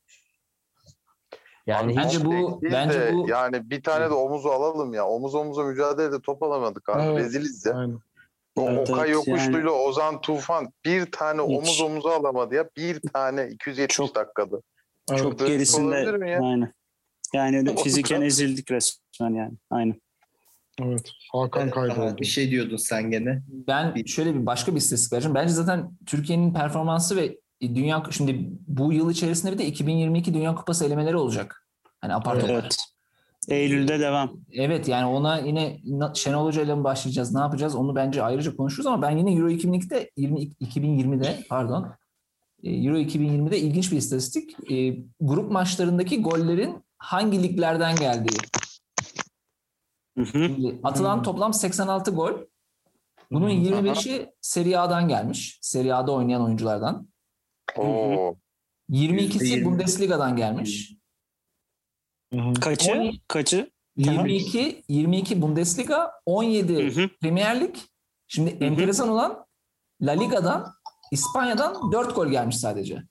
Speaker 5: Yani
Speaker 6: Abi,
Speaker 1: bence
Speaker 5: hiç
Speaker 1: bu-
Speaker 6: değil de
Speaker 1: bence bu-
Speaker 6: yani bir tane de omuzu alalım ya. Omuz omuza mücadelede top alamadık abi.
Speaker 4: Evet.
Speaker 6: Reziliz ya.
Speaker 4: Aynen.
Speaker 6: O
Speaker 3: Evet,
Speaker 6: Okay
Speaker 3: evet,
Speaker 6: Yokuşlu'yla Ozan Tufan bir tane
Speaker 3: Hiç.
Speaker 6: omuz omuza alamadı ya. Bir tane iki yüz yetmiş
Speaker 3: Çok-
Speaker 6: dakikada.
Speaker 4: Evet.
Speaker 3: Çok
Speaker 6: Böyle
Speaker 3: gerisinde.
Speaker 6: olabilir mi ya?
Speaker 3: Aynen. Yani öyle
Speaker 6: O
Speaker 3: fiziken
Speaker 6: kadar.
Speaker 3: ezildik resmen yani. Aynen.
Speaker 4: Evet. Hakan
Speaker 2: Aha,
Speaker 4: kayboldu.
Speaker 2: bir şey diyordun sen gene.
Speaker 1: Ben şöyle bir başka bir istatistik vereceğim. Bence zaten Türkiye'nin performansı ve dünya şimdi bu yıl içerisinde bir de iki bin yirmi iki Dünya Kupası elemeleri olacak. Hani apar topar.
Speaker 3: Evet. Eylül'de devam.
Speaker 1: Evet yani ona yine na- Şenol Hoca ile mi başlayacağız? Ne yapacağız? Onu bence ayrıca konuşuruz ama ben yine Euro iki bin ikide yirmi iki bin yirmide pardon e, Euro iki bin yirmide ilginç bir istatistik. E, grup maçlarındaki gollerin hangi liglerden geldiği.
Speaker 3: Hı hı.
Speaker 1: Şimdi atılan toplam seksen altı gol. Bunun yirmi beşi Serie A'dan gelmiş. Serie A'da oynayan oyunculardan.
Speaker 6: Oo.
Speaker 1: yirmi ikisi
Speaker 2: yüzde yirmi.
Speaker 1: Bundesliga'dan gelmiş.
Speaker 4: Hı hı.
Speaker 3: Kaçı?
Speaker 1: On-
Speaker 3: Kaçı?
Speaker 1: yirmi iki yirmi iki Bundesliga, on yedi
Speaker 3: Hı hı.
Speaker 1: Premier Lig. Şimdi
Speaker 3: hı.
Speaker 1: enteresan olan La Liga'dan, İspanya'dan dört gol gelmiş sadece.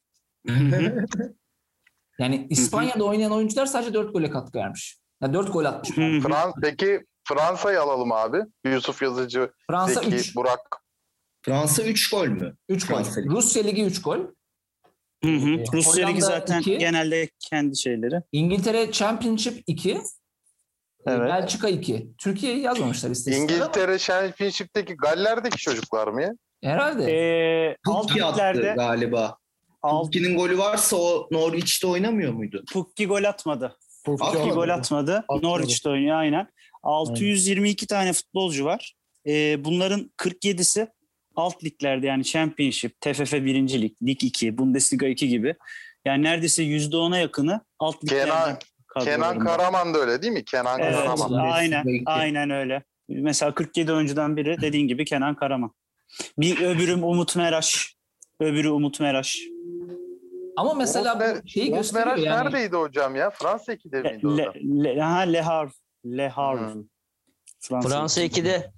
Speaker 1: Yani İspanya'da oynayan oyuncular sadece dört gole katkı vermiş. Yani dört gol atmış.
Speaker 3: Hı hı.
Speaker 6: Frans, peki Fransa'yı alalım abi. Yusuf Yazıcı,
Speaker 1: Fransa
Speaker 6: Zeki,
Speaker 1: üç.
Speaker 6: Burak.
Speaker 2: Fransa üç gol mü?
Speaker 1: üç gol.
Speaker 2: Fransa Ligi.
Speaker 1: Rusya Ligi üç gol.
Speaker 3: Hı hı.
Speaker 1: Ee,
Speaker 3: Rusya Ligi
Speaker 1: Hollanda
Speaker 3: zaten
Speaker 1: iki.
Speaker 3: genelde kendi şeyleri.
Speaker 1: İngiltere Championship iki.
Speaker 3: Evet.
Speaker 1: Belçika iki. Türkiye'yi yazmamışlar istatistiklere ama
Speaker 6: İngiltere Championship'teki Galler'deki çocuklar mı ya?
Speaker 1: herhalde.
Speaker 3: Ee, alt
Speaker 2: Pukki attı
Speaker 3: liglerde
Speaker 2: galiba.
Speaker 3: alt
Speaker 2: Pukki'nin golü varsa o Norwich'te oynamıyor muydu?
Speaker 3: Pukki gol atmadı.
Speaker 4: Pukki
Speaker 2: Pukki
Speaker 3: Pukki
Speaker 4: aldı.
Speaker 3: gol atmadı.
Speaker 4: Atmadı.
Speaker 3: Norwich'te oynuyor aynen. altı yüz yirmi iki tane futbolcu var. Ee, bunların kırk yedisi alt liglerde yani Championship, T F F birinci Lig, Lig iki, Bundesliga iki gibi yani neredeyse yüzde ona yakını alt liglerden.
Speaker 6: Kenan, Kenan Karaman da öyle değil mi? Kenan
Speaker 3: evet,
Speaker 6: Karaman.
Speaker 3: Aynen, aynen öyle. Mesela kırk yedi oyuncudan biri dediğin gibi Kenan Karaman. Bir öbürü Umut Meraş. Öbürü Umut Meraş.
Speaker 1: Ama mesela
Speaker 6: Umut
Speaker 1: bu şeyi
Speaker 6: Umut
Speaker 1: gösteriyor
Speaker 6: Meraş
Speaker 1: yani.
Speaker 6: neredeydi hocam ya? Fransa ikide miydi
Speaker 3: Le,
Speaker 6: orada?
Speaker 3: Le, ha, Le Havre. Le Havre.
Speaker 6: Hmm.
Speaker 3: Fransa,
Speaker 5: Fransa ikide.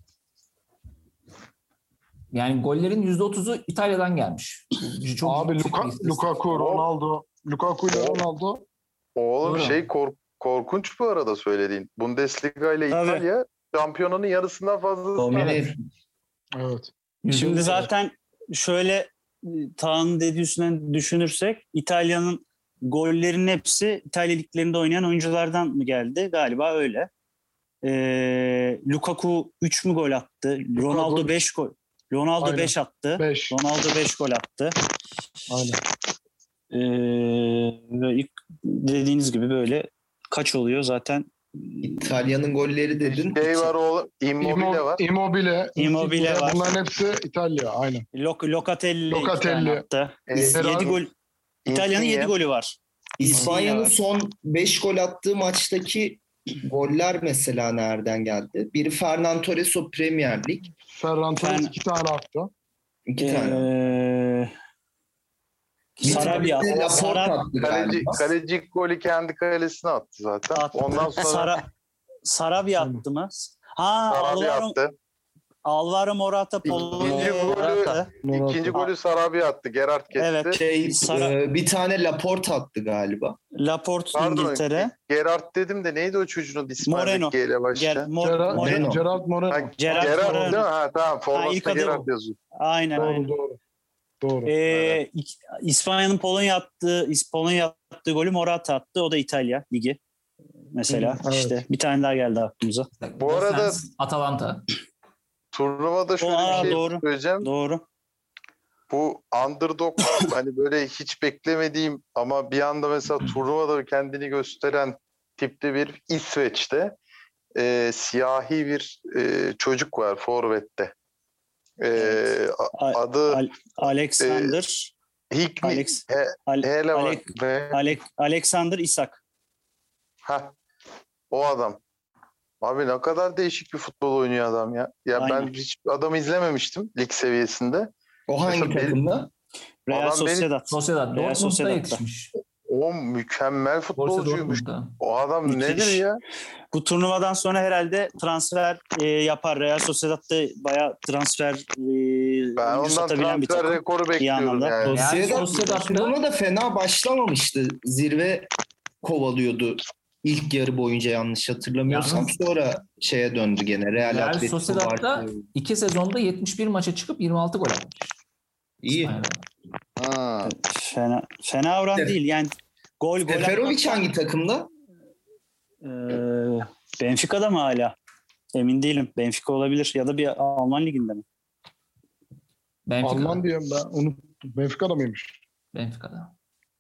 Speaker 1: Yani gollerin yüzde otuzu İtalya'dan gelmiş. Çok
Speaker 4: Abi
Speaker 1: yüksek
Speaker 4: Luka,
Speaker 1: bir istatistik.
Speaker 4: Lukaku, Ronaldo. Lukaku ile Ronaldo.
Speaker 6: Oğlum
Speaker 1: Doğru.
Speaker 6: şey kork- korkunç bu arada söylediğin. Bundesliga ile
Speaker 3: Tabii.
Speaker 6: İtalya şampiyonanın yarısından fazlası.
Speaker 2: Domine.
Speaker 4: Evet.
Speaker 3: Şimdi zaten şöyle Tağ'ın dediğinden düşünürsek İtalya'nın gollerinin hepsi İtalya liglerinde oynayan oyunculardan mı geldi? Galiba öyle. Ee, Lukaku üç mü gol attı?
Speaker 4: Lukaku,
Speaker 3: Ronaldo beş gol. Ronaldo
Speaker 4: Aynen.
Speaker 3: beş attı.
Speaker 4: beş.
Speaker 3: Ronaldo beş gol attı.
Speaker 4: Aynen.
Speaker 3: Ee, ve ilk dediğiniz gibi böyle kaç oluyor zaten?
Speaker 2: İtalya'nın golleri dedin.
Speaker 6: Şey var oğlum. Immobile var.
Speaker 4: Immobile.
Speaker 3: Immobile var.
Speaker 4: Bunların hepsi İtalya. Aynen.
Speaker 3: Lok Locatelli,
Speaker 4: Locatelli.
Speaker 3: iki tane attı.
Speaker 6: E,
Speaker 3: yedi gol. İtalya'nın yedi golü var.
Speaker 2: İspanya'nın
Speaker 3: İspanya
Speaker 2: son beş gol attığı maçtaki goller mesela nereden geldi? Biri Fernan Torres, o Premier Lig.
Speaker 4: Ferran Torres
Speaker 3: Fen-
Speaker 4: iki tane attı.
Speaker 2: İki tane.
Speaker 3: Ee,
Speaker 2: Bir
Speaker 3: Sarabia.
Speaker 2: tanesi Laporte
Speaker 3: Sarab-
Speaker 2: attı
Speaker 6: Kaleci,
Speaker 2: galiba.
Speaker 6: kaleci ilk golü kendi kalesine attı zaten.
Speaker 3: attı.
Speaker 6: Ondan sonra
Speaker 3: Sara, Sarabia attı mı? Ha,
Speaker 6: Sarabia
Speaker 3: Alvaro,
Speaker 6: attı.
Speaker 3: Alvaro Morata
Speaker 6: İkinci
Speaker 3: Polonya
Speaker 6: golü,
Speaker 3: attı.
Speaker 6: ikinci golü Sarabia attı. Gerard kesti.
Speaker 3: Evet.
Speaker 2: Şey,
Speaker 3: Sara-
Speaker 2: e, bir tane Laporte attı galiba.
Speaker 3: Laporte
Speaker 6: Pardon,
Speaker 3: İngiltere.
Speaker 6: Gerard dedim de neydi o çocuğun ismi?
Speaker 3: Moreno.
Speaker 6: G ile başlayan.
Speaker 3: Ger- Mor-
Speaker 4: Gerard
Speaker 3: Moreno.
Speaker 2: Moreno.
Speaker 4: Gerard Moreno.
Speaker 6: Ha,
Speaker 3: Gerard
Speaker 6: Gerard
Speaker 3: Moreno.
Speaker 6: değil mi? Ha, tamam.
Speaker 3: ilk
Speaker 6: Formasında
Speaker 3: adı
Speaker 6: Gerard
Speaker 3: o.
Speaker 6: yazıyor.
Speaker 3: Aynen
Speaker 4: Doğru
Speaker 3: aynen.
Speaker 4: doğru. Doğru.
Speaker 3: Ee, İk- İspanya'nın Polonya attığı Polonya attığı golü Morata attı. O da İtalya ligi. Mesela
Speaker 4: Evet.
Speaker 3: işte bir tane daha geldi aklımıza.
Speaker 6: Bu arada-
Speaker 1: Gosens, Atalanta.
Speaker 6: Turnuvada şöyle
Speaker 3: Aa,
Speaker 6: bir şey
Speaker 3: doğru.
Speaker 6: söyleyeceğim.
Speaker 3: Doğru.
Speaker 6: Bu underdog hani böyle hiç beklemediğim ama bir anda mesela turnuvada kendini gösteren tipte bir İsveç'te e, siyahi bir e, çocuk var forvette. E,
Speaker 3: Evet.
Speaker 6: a-
Speaker 3: A-
Speaker 6: adı
Speaker 3: Al- Alexander
Speaker 6: Hikmi
Speaker 3: Alex
Speaker 6: He-
Speaker 3: Al-
Speaker 6: Hele var.
Speaker 3: Alec-
Speaker 6: Ve-
Speaker 3: Alec- Alexander Isak.
Speaker 6: Ha, o adam. Abi ne kadar değişik bir futbol oynuyor adam ya. Ya
Speaker 3: Aynen.
Speaker 6: ben hiç adamı izlememiştim lig seviyesinde.
Speaker 2: O hangi
Speaker 6: Mesela benim-
Speaker 2: takımda?
Speaker 3: Real
Speaker 6: Adam beni-
Speaker 3: Sociedad.
Speaker 1: Sociedad.
Speaker 3: Real
Speaker 1: Dortmund'da
Speaker 3: Sociedad'da.
Speaker 1: yetişmiş.
Speaker 6: O mükemmel
Speaker 1: Borussia
Speaker 6: futbolcuymuş.
Speaker 1: Dortmund'da.
Speaker 6: O adam
Speaker 3: Müthiş.
Speaker 6: nedir ya?
Speaker 3: Bu turnuvadan sonra herhalde transfer e, yapar. Real Sociedad'da bayağı transfer e,
Speaker 6: Ben
Speaker 3: oyuncu
Speaker 6: ondan
Speaker 3: satabilen bir
Speaker 6: transfer
Speaker 3: takım.
Speaker 6: rekoru bekliyorum
Speaker 3: anlamda.
Speaker 6: yani.
Speaker 1: Yani
Speaker 2: Sociedad
Speaker 1: Sociedad'da-
Speaker 2: turnuva da fena başlamamıştı. Zirve kovalıyordu ilk yarı boyunca yanlış hatırlamıyorsam.
Speaker 1: Yalnız-
Speaker 2: Sonra şeye döndü gene. Real,
Speaker 1: Real
Speaker 2: Atletico
Speaker 1: Sociedad'da
Speaker 2: Barcelona.
Speaker 1: iki sezonda yetmiş bir maça çıkıp yirmi altı gol atmış.
Speaker 2: İyi.
Speaker 1: İspanya'da.
Speaker 6: Ha.
Speaker 3: Fena, fena oran
Speaker 2: Evet.
Speaker 3: değil. Yani gol gol
Speaker 2: Seferovic
Speaker 3: atmaktan-
Speaker 2: hangi takımda?
Speaker 3: Ee, Benfica'da mı hala? Emin değilim. Benfica olabilir ya da bir Alman liginde mi?
Speaker 1: Benfica.
Speaker 4: Alman diyeyim ben. Unuttum. Benfica'da mıymış?
Speaker 1: Benfica'da.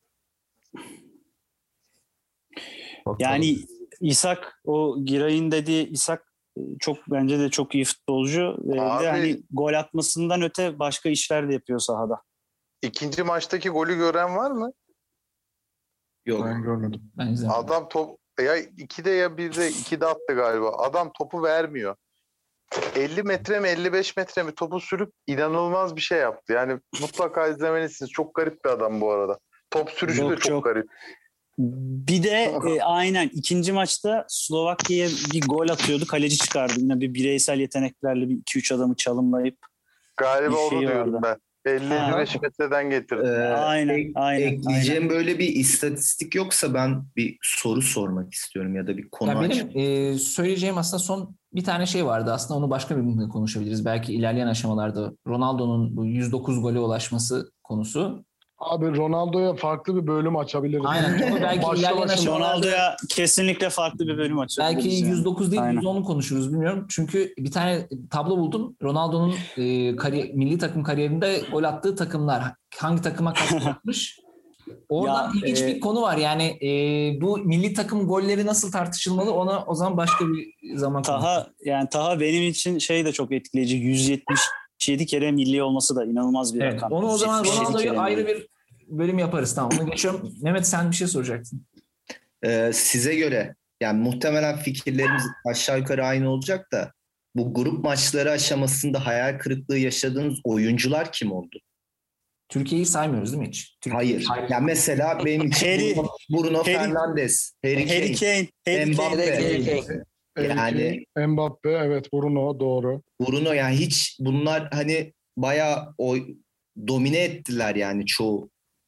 Speaker 3: Yani İshak, o Giray'ın dediği İshak e, çok bence de çok iyi futbolcu. Ve
Speaker 6: Abi-
Speaker 3: de hani gol atmasından öte başka işler de yapıyor sahada.
Speaker 6: İkinci maçtaki golü gören var mı?
Speaker 2: Yok.
Speaker 4: Ben görmedim.
Speaker 1: Ben izlemedim.
Speaker 6: Adam top ya ikide ya birde ikide attı galiba. Adam topu vermiyor. elli metre mi elli beş metre mi topu sürüp inanılmaz bir şey yaptı. Yani mutlaka izlemelisiniz. Çok garip bir adam bu arada. Top sürüşü
Speaker 3: Yok,
Speaker 6: de çok,
Speaker 3: çok.
Speaker 6: garip.
Speaker 3: Bir de e, aynen ikinci maçta Slovakya'ya bir gol atıyordu. Kaleci çıkardı. Yine bir bireysel yeteneklerle bir iki üç adamı çalımlayıp.
Speaker 6: Galiba
Speaker 3: Bir
Speaker 6: onu
Speaker 3: şey
Speaker 6: diyorum
Speaker 3: vardı.
Speaker 6: ben. elli elli beş metreden getirdi.
Speaker 2: Ee,
Speaker 3: Aynen,
Speaker 2: ek-
Speaker 3: aynen,
Speaker 2: Ekleyeceğim böyle bir istatistik yoksa ben bir soru sormak istiyorum ya da bir konu
Speaker 1: Ya
Speaker 2: aç.
Speaker 1: benim e, söyleyeceğim aslında son bir tane şey vardı. Aslında onu başka bir bölümde konuşabiliriz. Belki ilerleyen aşamalarda Ronaldo'nun bu yüz dokuz gole ulaşması konusu.
Speaker 4: Abi Ronaldo'ya farklı bir bölüm açabiliriz.
Speaker 1: Aynen. Onu belki
Speaker 4: Başlı
Speaker 1: ilerleyen
Speaker 4: başına
Speaker 1: aşamalarda
Speaker 3: Ronaldo'ya kesinlikle farklı bir bölüm açabiliriz.
Speaker 1: belki
Speaker 3: yani.
Speaker 1: yüz dokuz değil
Speaker 3: Aynen.
Speaker 1: yüz onu konuşuruz bilmiyorum. Çünkü bir tane tablo buldum. Ronaldo'nun e, kariyer, milli takım kariyerinde gol attığı takımlar hangi takıma kaç gol atmış? Oradan
Speaker 3: Ya,
Speaker 1: ilginç
Speaker 3: e,
Speaker 1: bir konu var. Yani e, bu milli takım golleri nasıl tartışılmalı ona o zaman başka bir zaman konuşuruz.
Speaker 3: Taha yani Taha benim için şey de çok etkileyici. yüz yetmiş altmış yedi kere milli olması da inanılmaz bir
Speaker 1: Evet,
Speaker 3: rakam.
Speaker 1: onu o zaman Ronaldo'yu ayrı
Speaker 3: milli.
Speaker 1: bir bölüm yaparız. Tamam, onu geçiyorum. Mehmet, sen bir şey soracaksın.
Speaker 2: Ee, size göre yani muhtemelen fikirlerimiz aşağı yukarı aynı olacak da bu grup maçları aşamasında hayal kırıklığı yaşadığınız oyuncular kim oldu?
Speaker 1: Türkiye'yi saymıyoruz değil mi hiç? Türkiye.
Speaker 2: Hayır. Yani mesela benim için
Speaker 3: Harry,
Speaker 2: Bruno, Bruno
Speaker 3: Harry,
Speaker 2: Fernandes, Harry,
Speaker 3: Harry
Speaker 2: Kane,
Speaker 3: Kane, Harry
Speaker 2: Mbappe.
Speaker 3: Kane.
Speaker 2: Yani
Speaker 4: Mbappe, evet, Bruno doğru.
Speaker 2: Bruno, yani hiç bunlar hani bayağı o domine ettiler yani çoğu.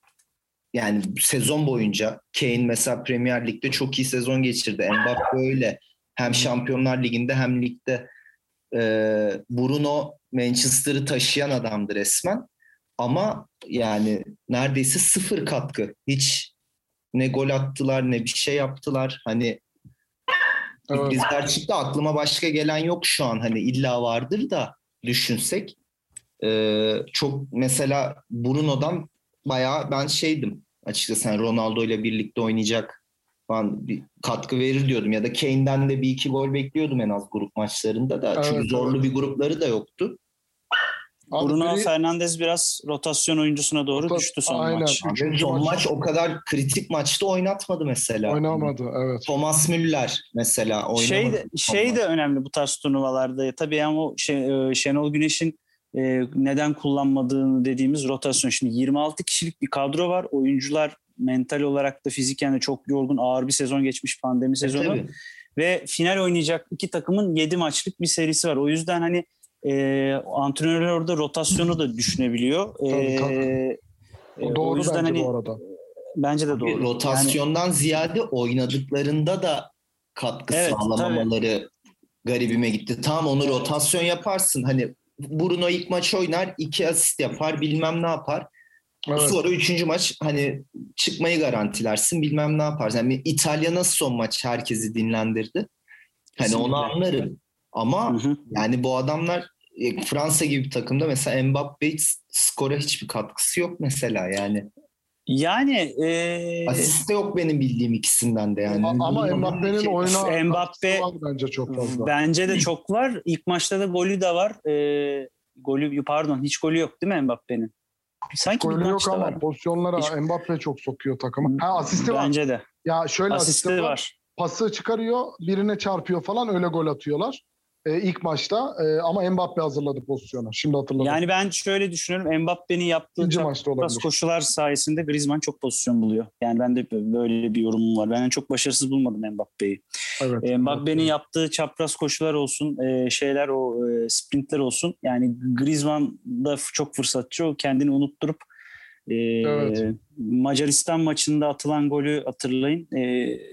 Speaker 2: Yani sezon boyunca Kane mesela Premier Lig'de çok iyi sezon geçirdi. Mbappe öyle. Hem Şampiyonlar Ligi'nde hem ligde. Ee, Bruno Manchester'ı taşıyan adamdı resmen. Ama yani neredeyse sıfır katkı. Hiç ne gol attılar ne bir şey yaptılar. Hani
Speaker 4: Evet.
Speaker 2: bizler çıktı, aklıma başka gelen yok şu an. Hani illa vardır da düşünsek. Ee, çok mesela Bruno'dan bayağı ben şeydim açıkçası, yani Ronaldo ile birlikte oynayacak falan bir katkı verir diyordum. Ya da Kane'den de bir iki gol bekliyordum en az grup maçlarında da.
Speaker 4: Evet,
Speaker 2: Çünkü zorlu
Speaker 4: evet.
Speaker 2: bir grupları da yoktu.
Speaker 4: Abi
Speaker 3: Bruno
Speaker 4: biri-
Speaker 3: Fernandes biraz rotasyon oyuncusuna doğru
Speaker 4: Rota-
Speaker 3: düştü son
Speaker 4: aynen.
Speaker 3: maç.
Speaker 4: Üçüncü
Speaker 2: Ve son
Speaker 4: maç-
Speaker 2: maç o kadar kritik maçta oynatmadı mesela.
Speaker 4: Oynamadı, evet.
Speaker 2: Thomas Müller mesela oynamadı.
Speaker 3: Şey de,
Speaker 2: son
Speaker 3: şey
Speaker 2: maç.
Speaker 3: de önemli bu tarz turnuvalarda. Tabii ama o şey, e, Şenol Güneş'in e, neden kullanmadığını dediğimiz rotasyon. Şimdi yirmi altı kişilik bir kadro var. Oyuncular mental olarak da fiziken de çok yorgun, ağır bir sezon geçmiş, pandemi sezonu.
Speaker 2: E, tabii.
Speaker 3: Ve final oynayacak iki takımın yedi maçlık bir serisi var. O yüzden hani e, antrenörler orada rotasyonu da düşünebiliyor.
Speaker 4: Tabii, tabii.
Speaker 3: E, e,
Speaker 4: O doğru
Speaker 3: o yüzden
Speaker 4: bence
Speaker 3: hani
Speaker 4: bu arada.
Speaker 3: bence de
Speaker 2: Bir
Speaker 3: doğru.
Speaker 2: rotasyondan
Speaker 3: Yani,
Speaker 2: ziyade oynadıklarında da katkı
Speaker 3: Evet,
Speaker 2: sağlamamaları garibime gitti. Tamam, onu rotasyon yaparsın. Hani Bruno ilk maç oynar, iki asist yapar, bilmem ne yapar.
Speaker 4: Evet.
Speaker 2: Sonra üçüncü maç hani çıkmayı garantilersin, bilmem ne yaparsın. Yani İtalya nasıl son maç herkesi dinlendirdi? Hani
Speaker 3: Kesinlikle.
Speaker 2: onu anlarım. Ama
Speaker 3: Hı hı.
Speaker 2: yani bu adamlar e, Fransa gibi bir takımda mesela Mbappe hiç skora hiçbir katkısı yok mesela yani.
Speaker 3: Yani e,
Speaker 2: Asist de yok benim bildiğim ikisinden de yani.
Speaker 4: A- Ama Mbappe'nin
Speaker 2: Şey-
Speaker 4: oyuna
Speaker 3: Mbappe
Speaker 4: katkısı var bence çok fazla.
Speaker 3: bence de çok var. İlk maçta da golü de var. E, golü pardon hiç golü yok değil mi Mbappe'nin? Sanki bir
Speaker 4: Golü yok
Speaker 3: maçta
Speaker 4: ama
Speaker 3: var.
Speaker 4: pozisyonlara
Speaker 3: Hiç-
Speaker 4: Mbappe çok sokuyor takımı. Ha, asisti var.
Speaker 3: Bence de.
Speaker 4: Ya şöyle asisti,
Speaker 3: Asisti
Speaker 4: var.
Speaker 3: var.
Speaker 4: Pası çıkarıyor, birine çarpıyor falan, öyle gol atıyorlar. Ee, ilk maçta e, ama Mbappe hazırladı pozisyonu. Şimdi hatırladım.
Speaker 3: Yani ben şöyle düşünüyorum. Mbappe'nin yaptığı
Speaker 4: İkinci maçta
Speaker 3: çapraz
Speaker 4: olabilir.
Speaker 3: koşular sayesinde Griezmann çok pozisyon buluyor. Yani ben de böyle bir yorumum var. Ben çok başarısız bulmadım Mbappe'yi.
Speaker 4: Evet.
Speaker 3: E, Mbappe'nin
Speaker 4: Evet.
Speaker 3: yaptığı çapraz koşular olsun, e, şeyler o e, sprintler olsun. Yani Griezmann da çok fırsatçı. O kendini unutturup e,
Speaker 4: Evet.
Speaker 3: Macaristan maçında atılan golü hatırlayın. E,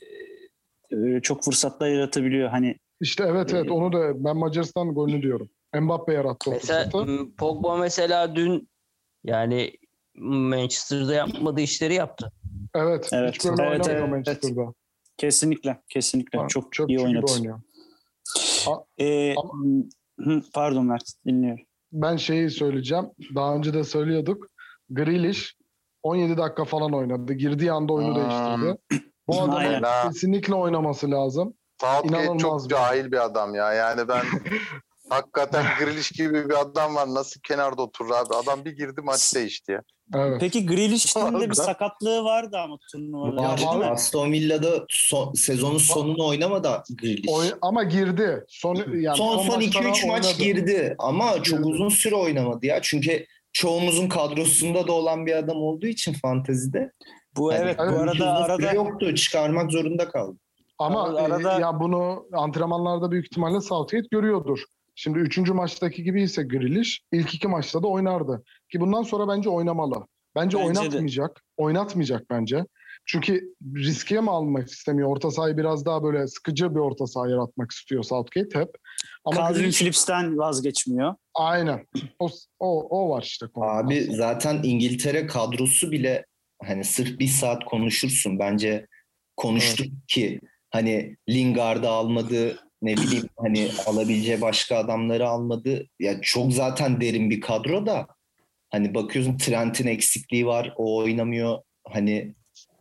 Speaker 3: e, çok fırsatlar yaratabiliyor. Hani
Speaker 4: İşte evet evet, onu da ben Macaristan golünü diyorum. Mbappe yarattı o
Speaker 5: Mesela
Speaker 4: fırsatı.
Speaker 5: m, Pogba mesela dün yani Manchester'da yapmadığı işleri yaptı.
Speaker 4: Evet.
Speaker 3: Evet.
Speaker 4: Hiç böyle
Speaker 3: Evet,
Speaker 4: oynamıyor
Speaker 3: evet.
Speaker 4: Manchester'da.
Speaker 3: kesinlikle, kesinlikle
Speaker 4: Ha,
Speaker 3: çok
Speaker 4: çöpçü
Speaker 3: iyi
Speaker 4: gibi
Speaker 3: oynadı.
Speaker 4: oynuyor.
Speaker 3: E,
Speaker 4: Ama-
Speaker 3: hı, pardon Mert, dinliyorum.
Speaker 4: Ben şeyi söyleyeceğim. Daha önce de söylüyorduk. Grealish on yedi dakika falan oynadı. Girdiği anda oyunu
Speaker 6: Hmm.
Speaker 4: değiştirdi. Bu adamın
Speaker 3: Aynen.
Speaker 4: kesinlikle oynaması lazım.
Speaker 6: Southgate
Speaker 4: İnanılmaz
Speaker 6: çok
Speaker 4: bir-
Speaker 6: cahil bir adam ya. Yani ben hakikaten Grealish gibi bir adam var. Nasıl kenarda oturur abi? Adam bir girdi maç değişti ya.
Speaker 4: Evet.
Speaker 3: Peki Grealish'in de bir
Speaker 6: Vallahi.
Speaker 3: sakatlığı vardı ama turnuvada.
Speaker 2: Var.
Speaker 3: değil mi?
Speaker 2: Aston Villa'da son, sezonun sonunu oynamadı Grealish.
Speaker 4: Oy- ama girdi. Son yani
Speaker 2: son son iki
Speaker 4: maçlara
Speaker 2: üç maç
Speaker 4: oynadı.
Speaker 2: girdi ama çok
Speaker 4: Girdi.
Speaker 2: uzun süre oynamadı ya. Çünkü çoğumuzun kadrosunda da olan bir adam olduğu için fantezide.
Speaker 3: Bu
Speaker 2: Hani
Speaker 3: evet,
Speaker 4: Evet,
Speaker 3: bu
Speaker 2: uzun
Speaker 3: arada
Speaker 2: süre
Speaker 3: arada
Speaker 2: yoktu. Çıkarmak zorunda kaldı.
Speaker 4: Ama
Speaker 3: Arada- arada-
Speaker 4: e, ya bunu antrenmanlarda büyük ihtimalle Southgate görüyordur. Şimdi üçüncü maçtaki gibi ise Grealish ilk iki maçta da oynardı. Ki bundan sonra bence oynamalı. Bence,
Speaker 3: Bence de.
Speaker 4: oynatmayacak. Oynatmayacak bence. Çünkü riske mi almak istemiyor? Orta sahayı biraz daha böyle sıkıcı bir orta saha yaratmak istiyor Southgate hep. Ama
Speaker 3: Calvin
Speaker 4: Grealish-
Speaker 3: Phillips'ten vazgeçmiyor.
Speaker 4: aynen. O, o, o var işte. konu.
Speaker 2: Abi zaten İngiltere kadrosu bile hani sırf bir saat konuşursun. Bence konuştuk ki hani Lingard'ı almadı, ne bileyim hani alabileceği başka adamları almadı. Ya çok zaten derin bir kadro da hani bakıyorsun Trent'in eksikliği var. O oynamıyor. Hani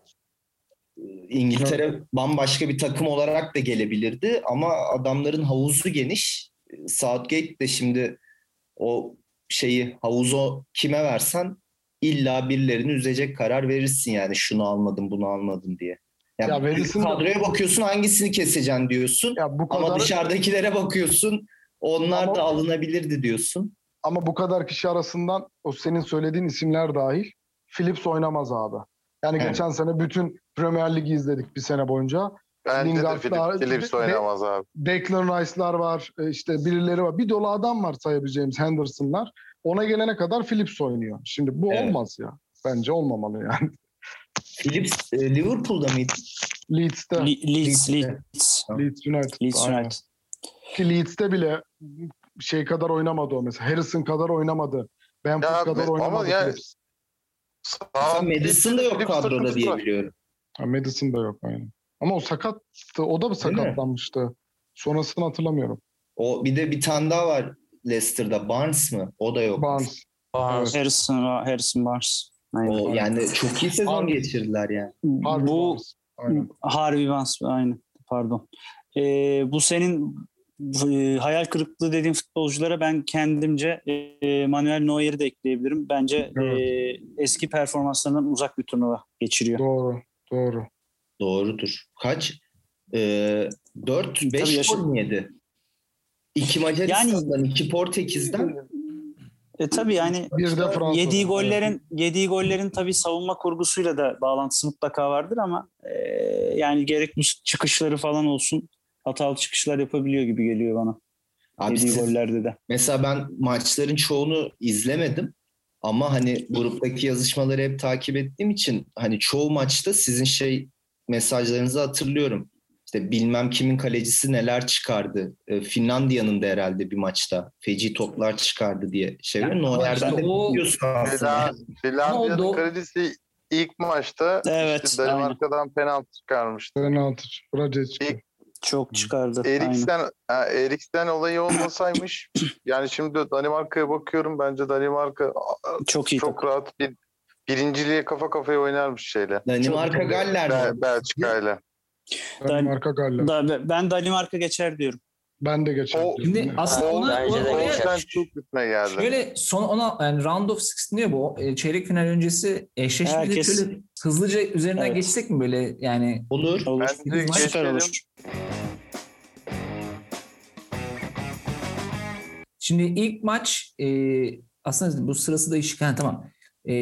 Speaker 2: İngiltere bambaşka bir takım olarak da gelebilirdi ama adamların havuzu geniş. Southgate de şimdi o şeyi havuzu kime versen illa birilerini üzecek karar verirsin yani şunu almadım bunu almadım diye. Yani
Speaker 4: ya verirsin
Speaker 2: kadroya
Speaker 4: de...
Speaker 2: bakıyorsun hangisini keseceksin diyorsun
Speaker 4: ya bu kadar...
Speaker 2: ama dışarıdakilere bakıyorsun onlar
Speaker 4: ama...
Speaker 2: da alınabilirdi diyorsun.
Speaker 4: Ama bu kadar kişi arasından o senin söylediğin isimler dahil Phillips oynamaz abi. Yani evet. Geçen sene bütün Premier Ligi izledik bir sene boyunca.
Speaker 6: Bence Lingard'lar, de Phillips oynamaz abi.
Speaker 4: Declan Rice'lar var, işte birileri var. Bir dolu adam var sayabileceğimiz, Henderson'lar. Ona gelene kadar Phillips oynuyor. Şimdi bu evet. olmaz ya. Bence olmamalı yani.
Speaker 2: Phillips e, Liverpool'da mıydı?
Speaker 4: Leeds'te.
Speaker 5: Le- Leeds,
Speaker 4: Leeds.
Speaker 5: Leeds.
Speaker 4: Leeds United.
Speaker 5: Leeds United.
Speaker 4: Ki Leeds'te bile şey kadar oynamadı o mesela. Harrison kadar oynamadı. Benford ya, kadar oynamadı
Speaker 6: ama
Speaker 4: Phillips.
Speaker 2: Ya, Madison da yok kadroda diye biliyorum.
Speaker 4: Ha, Madison da yok aynen. Ama o sakattı. O da mı sakatlanmıştı? Sonrasını hatırlamıyorum.
Speaker 2: O bir de bir tane daha var Leicester'da. Barnes mı? O da yok.
Speaker 4: Barnes.
Speaker 5: Barnes.
Speaker 3: Harrison, Harrison Barnes.
Speaker 2: Aynen. O yani çok iyi sezon Harvey. geçirdiler yani.
Speaker 4: Harvey
Speaker 3: bu
Speaker 4: Barnes. Aynen.
Speaker 3: Harvey Barnes aynen. Pardon. Ee, bu senin e, hayal kırıklığı dediğin futbolculara ben kendimce e, Manuel Neuer'i de ekleyebilirim. Bence evet. e, eski performanslarından uzak bir turnuva geçiriyor.
Speaker 4: Doğru. Doğru.
Speaker 2: Doğrudur. Kaç? Ee, dört beş gol mu yedi? İki Macaristan'dan, yani, iki Portekiz'den.
Speaker 3: E tabii yani
Speaker 4: bir de
Speaker 3: yediği gollerin yediği gollerin tabii savunma kurgusuyla da bağlantısı mutlaka vardır ama e, yani gerek bu çıkışları falan olsun hatalı çıkışlar yapabiliyor gibi geliyor bana. Abi yediği siz, gollerde de.
Speaker 2: Mesela ben maçların çoğunu izlemedim ama hani gruptaki yazışmaları hep takip ettiğim için hani çoğu maçta sizin şey mesajlarınızı hatırlıyorum. İşte bilmem kimin kalecisi neler çıkardı. E, Finlandiya'nın da herhalde bir maçta feci toplar çıkardı diye şey var. Yani, Neuer'den de biliyorsun aslında.
Speaker 6: Finlandiya'nın kalecisi ilk maçta
Speaker 3: evet,
Speaker 6: işte Danimarka'dan penaltı çıkarmıştı.
Speaker 4: Penaltı. İlk,
Speaker 3: çok çıkardı.
Speaker 6: Eriksen, Eriksen olayı olmasaymış yani şimdi Danimarka'ya bakıyorum bence Danimarka
Speaker 3: çok iyi
Speaker 6: çok takım. Rahat bir birinciliğe kafa kafaya oynarmış şeyle.
Speaker 2: Danimarka Galler mi?
Speaker 6: Belçika'yla.
Speaker 4: Danimarka Galler.
Speaker 3: Da, ben Danimarka geçer diyorum.
Speaker 4: Ben de geçer.
Speaker 1: O, şimdi aslında ona, ona oraya
Speaker 6: çok bitme geldi.
Speaker 1: Şöyle son ona yani round of sixteen diyor bu çeyrek final öncesi eşleşmeleri Herkes... şöyle hızlıca üzerinden evet. geçsek mi böyle yani?
Speaker 2: Olur.
Speaker 3: Olur.
Speaker 6: Süper olur.
Speaker 1: Şimdi ilk maç e, aslında bu sırası da iş yani tamam. E,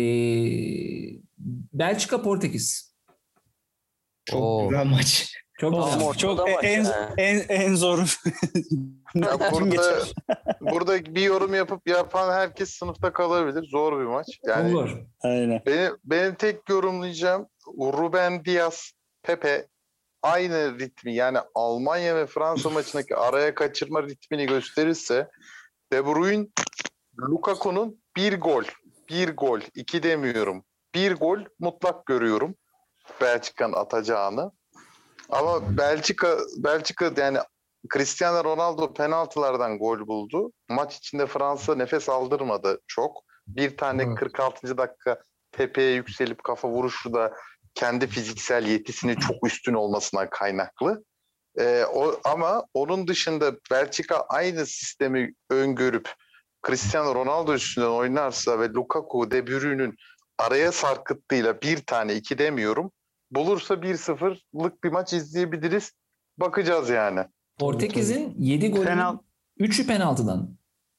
Speaker 1: Belçika Portekiz.
Speaker 2: Çok Oo. güzel maç.
Speaker 1: Çok
Speaker 3: güzel. Çok en, en en zor.
Speaker 6: Ya burada burada bir yorum yapıp yapan herkes sınıfta kalabilir. Zor bir maç. Yani
Speaker 1: Olur.
Speaker 3: Aynen.
Speaker 6: Benim benim tek yorumlayacağım Ruben Dias, Pepe aynı ritmi yani Almanya ve Fransa maçındaki araya kaçırma ritmini gösterirse De Bruyne, Lukaku'nun bir gol, bir gol, iki demiyorum. Bir gol mutlak görüyorum Belçika'nın atacağını. Ama Belçika Belçika yani Cristiano Ronaldo penaltılardan gol buldu. Maç içinde Fransa nefes aldırmadı çok. Bir tane evet. kırk altıncı dakika tepeye yükselip kafa vuruşu da kendi fiziksel yetisinin çok üstün olmasına kaynaklı. Ee, o, ama onun dışında Belçika aynı sistemi öngörüp Cristiano Ronaldo üstünden oynarsa ve Lukaku, De Bruyne'nin araya sarkıttığıyla bir tane iki demiyorum. Bulursa bir sıfırlık bir maç izleyebiliriz. Bakacağız yani.
Speaker 1: Portekiz'in yedi golünün Penal... üçü penaltıdan.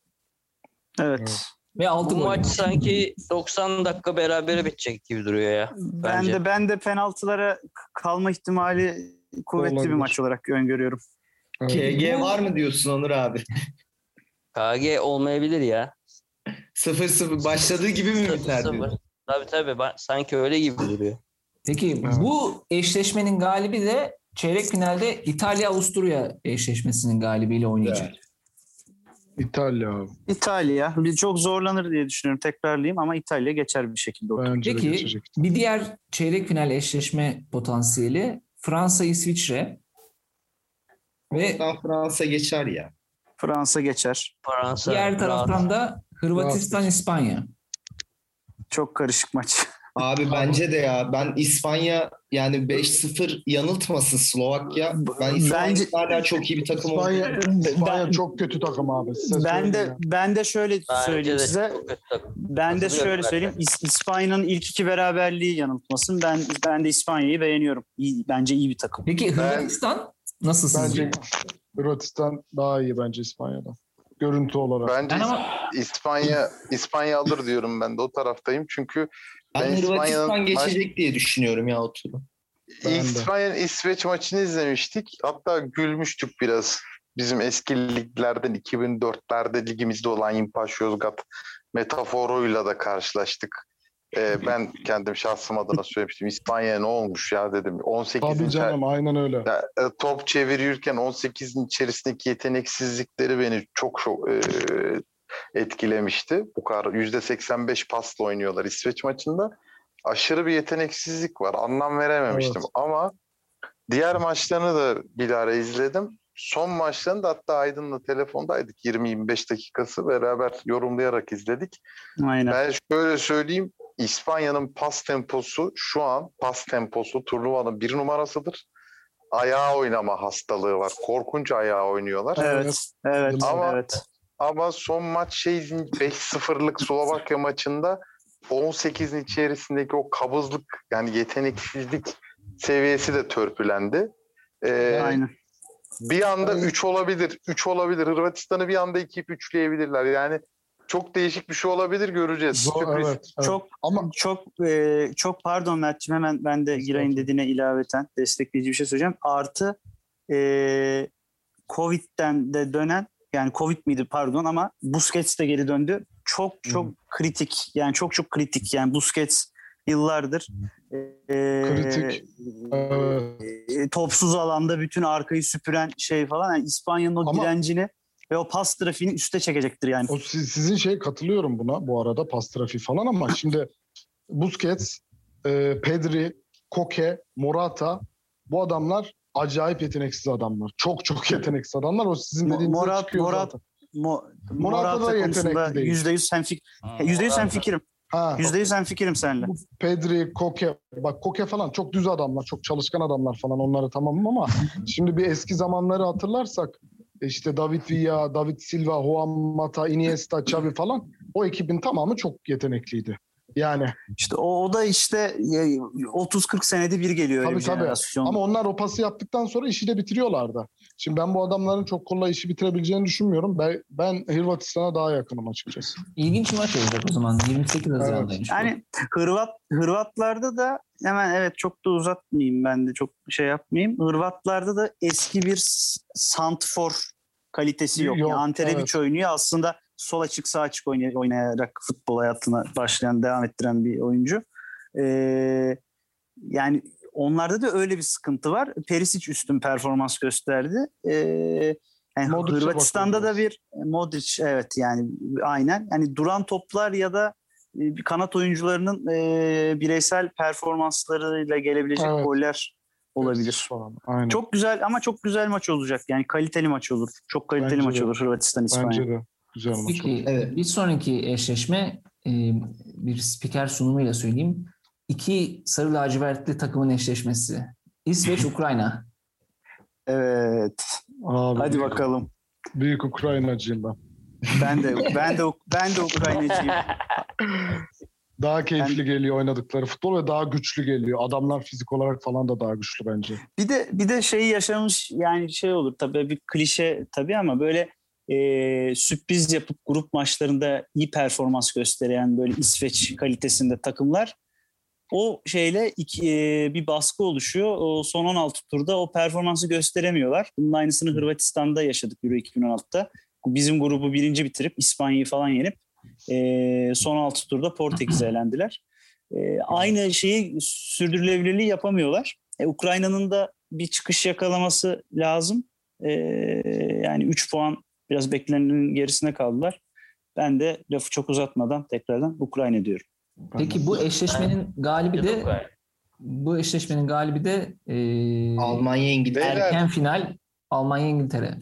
Speaker 3: Evet.
Speaker 1: Ve altı
Speaker 5: Bu
Speaker 1: gol.
Speaker 5: maç sanki doksan dakika berabere bitecek gibi duruyor ya.
Speaker 3: Ben
Speaker 5: bence.
Speaker 3: de ben de penaltılara kalma ihtimali kuvvetli Olabilir. bir maç olarak öngörüyorum.
Speaker 2: K G var mı diyorsun Onur abi?
Speaker 5: K G olmayabilir ya.
Speaker 2: sıfır sıfır başladığı gibi mi biter diyor?
Speaker 5: Tabii tabii. Sanki öyle gibi duruyor.
Speaker 1: Peki evet. Bu eşleşmenin galibi de çeyrek finalde İtalya-Avusturya eşleşmesinin galibiyle oynayacak. Evet.
Speaker 4: İtalya abi.
Speaker 3: İtalya. Bir çok zorlanır diye düşünüyorum. Tekrarlayayım ama İtalya geçer bir şekilde.
Speaker 1: Bence Peki bir diğer çeyrek final eşleşme potansiyeli Fransa-İsviçre.
Speaker 2: Ve Fransa geçer ya.
Speaker 3: Fransa geçer.
Speaker 5: Fransa.
Speaker 1: Diğer taraftan da Hırvatistan-İspanya.
Speaker 3: Çok karışık maç.
Speaker 2: Abi bence de ya. Ben İspanya yani beş sıfır yanıltmasın Slovakya. Ben İspanya'nın bence, hala çok iyi bir takım
Speaker 4: İspanya,
Speaker 2: olduğunu.
Speaker 4: İspanya ben, çok kötü takım abi. Size
Speaker 3: ben de ya. ben de şöyle bence söyleyeyim de size. Ben de şöyle söyleyeyim. İs, İspanya'nın ilk iki beraberliği yanıltmasın. Ben ben de İspanya'yı beğeniyorum. İyi, bence iyi bir takım.
Speaker 1: Peki Hırvatistan nasıl sizce?
Speaker 4: Bence Hırvatistan daha iyi bence İspanya'dan. Görüntü olarak.
Speaker 6: Bence ama... İspanya İspanya alır diyorum ben de o taraftayım. Çünkü
Speaker 2: ben, ben Hırvatistan geçecek maç... diye düşünüyorum ya o turu.
Speaker 6: İspanya'nın İsveç maçını izlemiştik. Hatta gülmüştük biraz. Bizim eski liglerden iki bin dörtlerde ligimizde olan İmpaş Yozgat metaforuyla da karşılaştık. Ee, ben kendim şahsım adına söylemiştim. İspanya'ya ne olmuş ya dedim. on sekizin
Speaker 4: Tabii canım aynen öyle.
Speaker 6: Ya, top çevirirken on sekizin içerisindeki yeteneksizlikleri beni çok çok e, etkilemişti. Bu kadar yüzde seksen beş pasla oynuyorlar İsveç maçında. Aşırı bir yeteneksizlik var. Anlam verememiştim. Evet. Ama diğer maçlarını da bir ara izledim. Son maçlarını da hatta Aydın'la telefondaydık. yirmi yirmi beş dakikası beraber yorumlayarak izledik.
Speaker 3: Aynen.
Speaker 6: Ben şöyle söyleyeyim. İspanya'nın pas temposu şu an pas temposu turnuvanın bir numarasıdır. Ayağa oynama hastalığı var. Korkunç ayağa oynuyorlar.
Speaker 3: Evet. Evet.
Speaker 6: Ama,
Speaker 3: evet.
Speaker 6: ama son maç şey beş sıfırlık Slovakya maçında on sekizin içerisindeki o kabızlık yani yeteneksizlik seviyesi de törpülendi. Ee,
Speaker 3: Aynen.
Speaker 6: Bir anda üç olabilir. üç olabilir. Hırvatistan'ı bir anda iki üçleyebilirler. Yani çok değişik bir şey olabilir, göreceğiz.
Speaker 4: Zor, evet, evet.
Speaker 3: Çok ama çok e, çok pardon Mert'ciğim, hemen ben de Giray'ın dediğine ilaveten destekleyici bir şey söyleyeceğim. Artı e, Covid'den de dönen, yani Covid miydi pardon, ama Busquets de geri döndü. Çok çok hmm. kritik. Yani çok çok kritik. Yani Busquets yıllardır e,
Speaker 4: kritik.
Speaker 3: E, topsuz alanda bütün arkayı süpüren şey falan. Yani İspanya'nın o ama direncini ve o pas trafiğini üste çekecektir yani.
Speaker 4: O sizin şey, katılıyorum buna bu arada, pas trafiği falan, ama şimdi Busquets, e, Pedri, Koke, Morata, bu adamlar acayip yeteneksiz adamlar. Çok çok yeteneksiz adamlar. O sizin dediğinize
Speaker 3: Morat,
Speaker 4: çıkıyor
Speaker 3: Morat,
Speaker 4: zaten.
Speaker 3: Mo,
Speaker 4: Morata, Morata da yetenekli değil.
Speaker 3: yüzde yüz sen fik yüzde yüz sen fikirim. yüzde yüz sen fikirim seninle.
Speaker 4: Pedri, Koke, bak Koke falan çok düz adamlar, çok çalışkan adamlar falan, onları tamamım, ama şimdi bir eski zamanları hatırlarsak, İşte David Villa, David Silva, Juan Mata, Iniesta, Xavi falan, o ekibin tamamı çok yetenekliydi. Yani
Speaker 3: işte o, o da işte otuz kırk senede bir geliyor öyle bir jenerasyon.
Speaker 4: Ama onlar o pası yaptıktan sonra işi de bitiriyorlardı. Şimdi ben bu adamların çok kolay işi bitirebileceğini düşünmüyorum. Ben, ben Hırvatistan'a daha yakınım açıkçası.
Speaker 1: İlginç bir maç olacak o zaman. yirmi sekiz Haziran'daymış.
Speaker 3: Evet. Yani Hırvat Hırvatlarda da hemen, evet çok da uzatmayayım, ben de çok şey yapmayayım. Hırvatlarda da eski bir santfor kalitesi yok. yok yani Ante Rebic evet. oynuyor. Aslında sol açık sağ açık oynayarak futbol hayatına başlayan, devam ettiren bir oyuncu. Ee, yani onlarda da öyle bir sıkıntı var. Perisic üstün performans gösterdi. Ee, yani Hırvatistan'da da bir Modric, evet yani aynen. Yani duran toplar ya da bir kanat oyuncularının e, bireysel performanslarıyla gelebilecek evet. goller olabilir.
Speaker 4: Aynen.
Speaker 3: Çok güzel, ama çok güzel maç olacak. Yani kaliteli maç olur. Çok kaliteli Bence maç de. olur Hırvatistan İspanya.
Speaker 4: Bence de. Güzel maç.
Speaker 1: Peki, evet. Bir sonraki eşleşme e, bir spiker sunumuyla söyleyeyim. İki sarı lacivertli takımın eşleşmesi. İsveç Ukrayna.
Speaker 3: Evet.
Speaker 4: Abi,
Speaker 3: hadi
Speaker 4: büyük,
Speaker 3: bakalım.
Speaker 4: Büyük Ukraynacıyım ben.
Speaker 3: Ben de ben de ben de Ukraynacıyım.
Speaker 4: Daha keyifli ben... geliyor oynadıkları futbol ve daha güçlü geliyor. Adamlar fizik olarak falan da daha güçlü bence.
Speaker 3: Bir de bir de şeyi yaşamış, yani şey olur tabii, bir klişe tabii, ama böyle e, sürpriz yapıp grup maçlarında iyi performans gösteren böyle İsveç kalitesinde takımlar, o şeyle iki, e, bir baskı oluşuyor. O son on altı turda o performansı gösteremiyorlar. Bunun aynısını Hırvatistan'da yaşadık Euro iki bin on altıda. Bizim grubu birinci bitirip İspanya'yı falan yenip e, son altı turda Portekiz'e elendiler. E, aynı şeyi, sürdürülebilirliği yapamıyorlar. E, Ukrayna'nın da bir çıkış yakalaması lazım. E, yani üç puan biraz beklenenin gerisine kaldılar. Ben de lafı çok uzatmadan tekrardan Ukrayna diyorum.
Speaker 1: Peki bu eşleşmenin galibi de bu eşleşmenin galibi de e,
Speaker 2: Almanya İngiltere.
Speaker 1: Erken final Almanya İngiltere.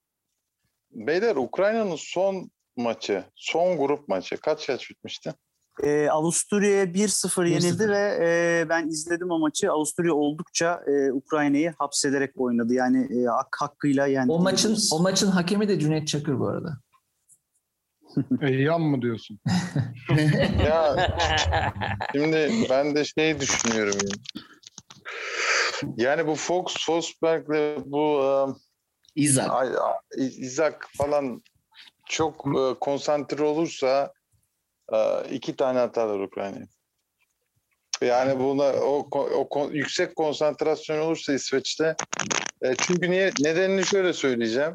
Speaker 6: Beyler, Ukrayna'nın son maçı, son grup maçı kaç kaç bitmişti?
Speaker 3: E, Avusturya'ya bir sıfır yenildi ve e, ben izledim o maçı. Avusturya oldukça e, Ukrayna'yı hapsederek oynadı. Yani e, hak, hakkıyla yendi.
Speaker 1: O maçın o maçın hakemi de Cüneyt Çakır bu arada.
Speaker 4: Eyyam mı diyorsun?
Speaker 6: Ya şimdi ben de şey düşünüyorum. Yani, yani bu Fox, Forsberg'le bu um,
Speaker 2: İzak.
Speaker 6: Ay, İzak falan çok uh, konsantre olursa uh, iki tane atarlar Ukrayna'ya. Yani buna o, o, o yüksek konsantrasyon olursa İsveç'te e, çünkü niye nedenini şöyle söyleyeceğim.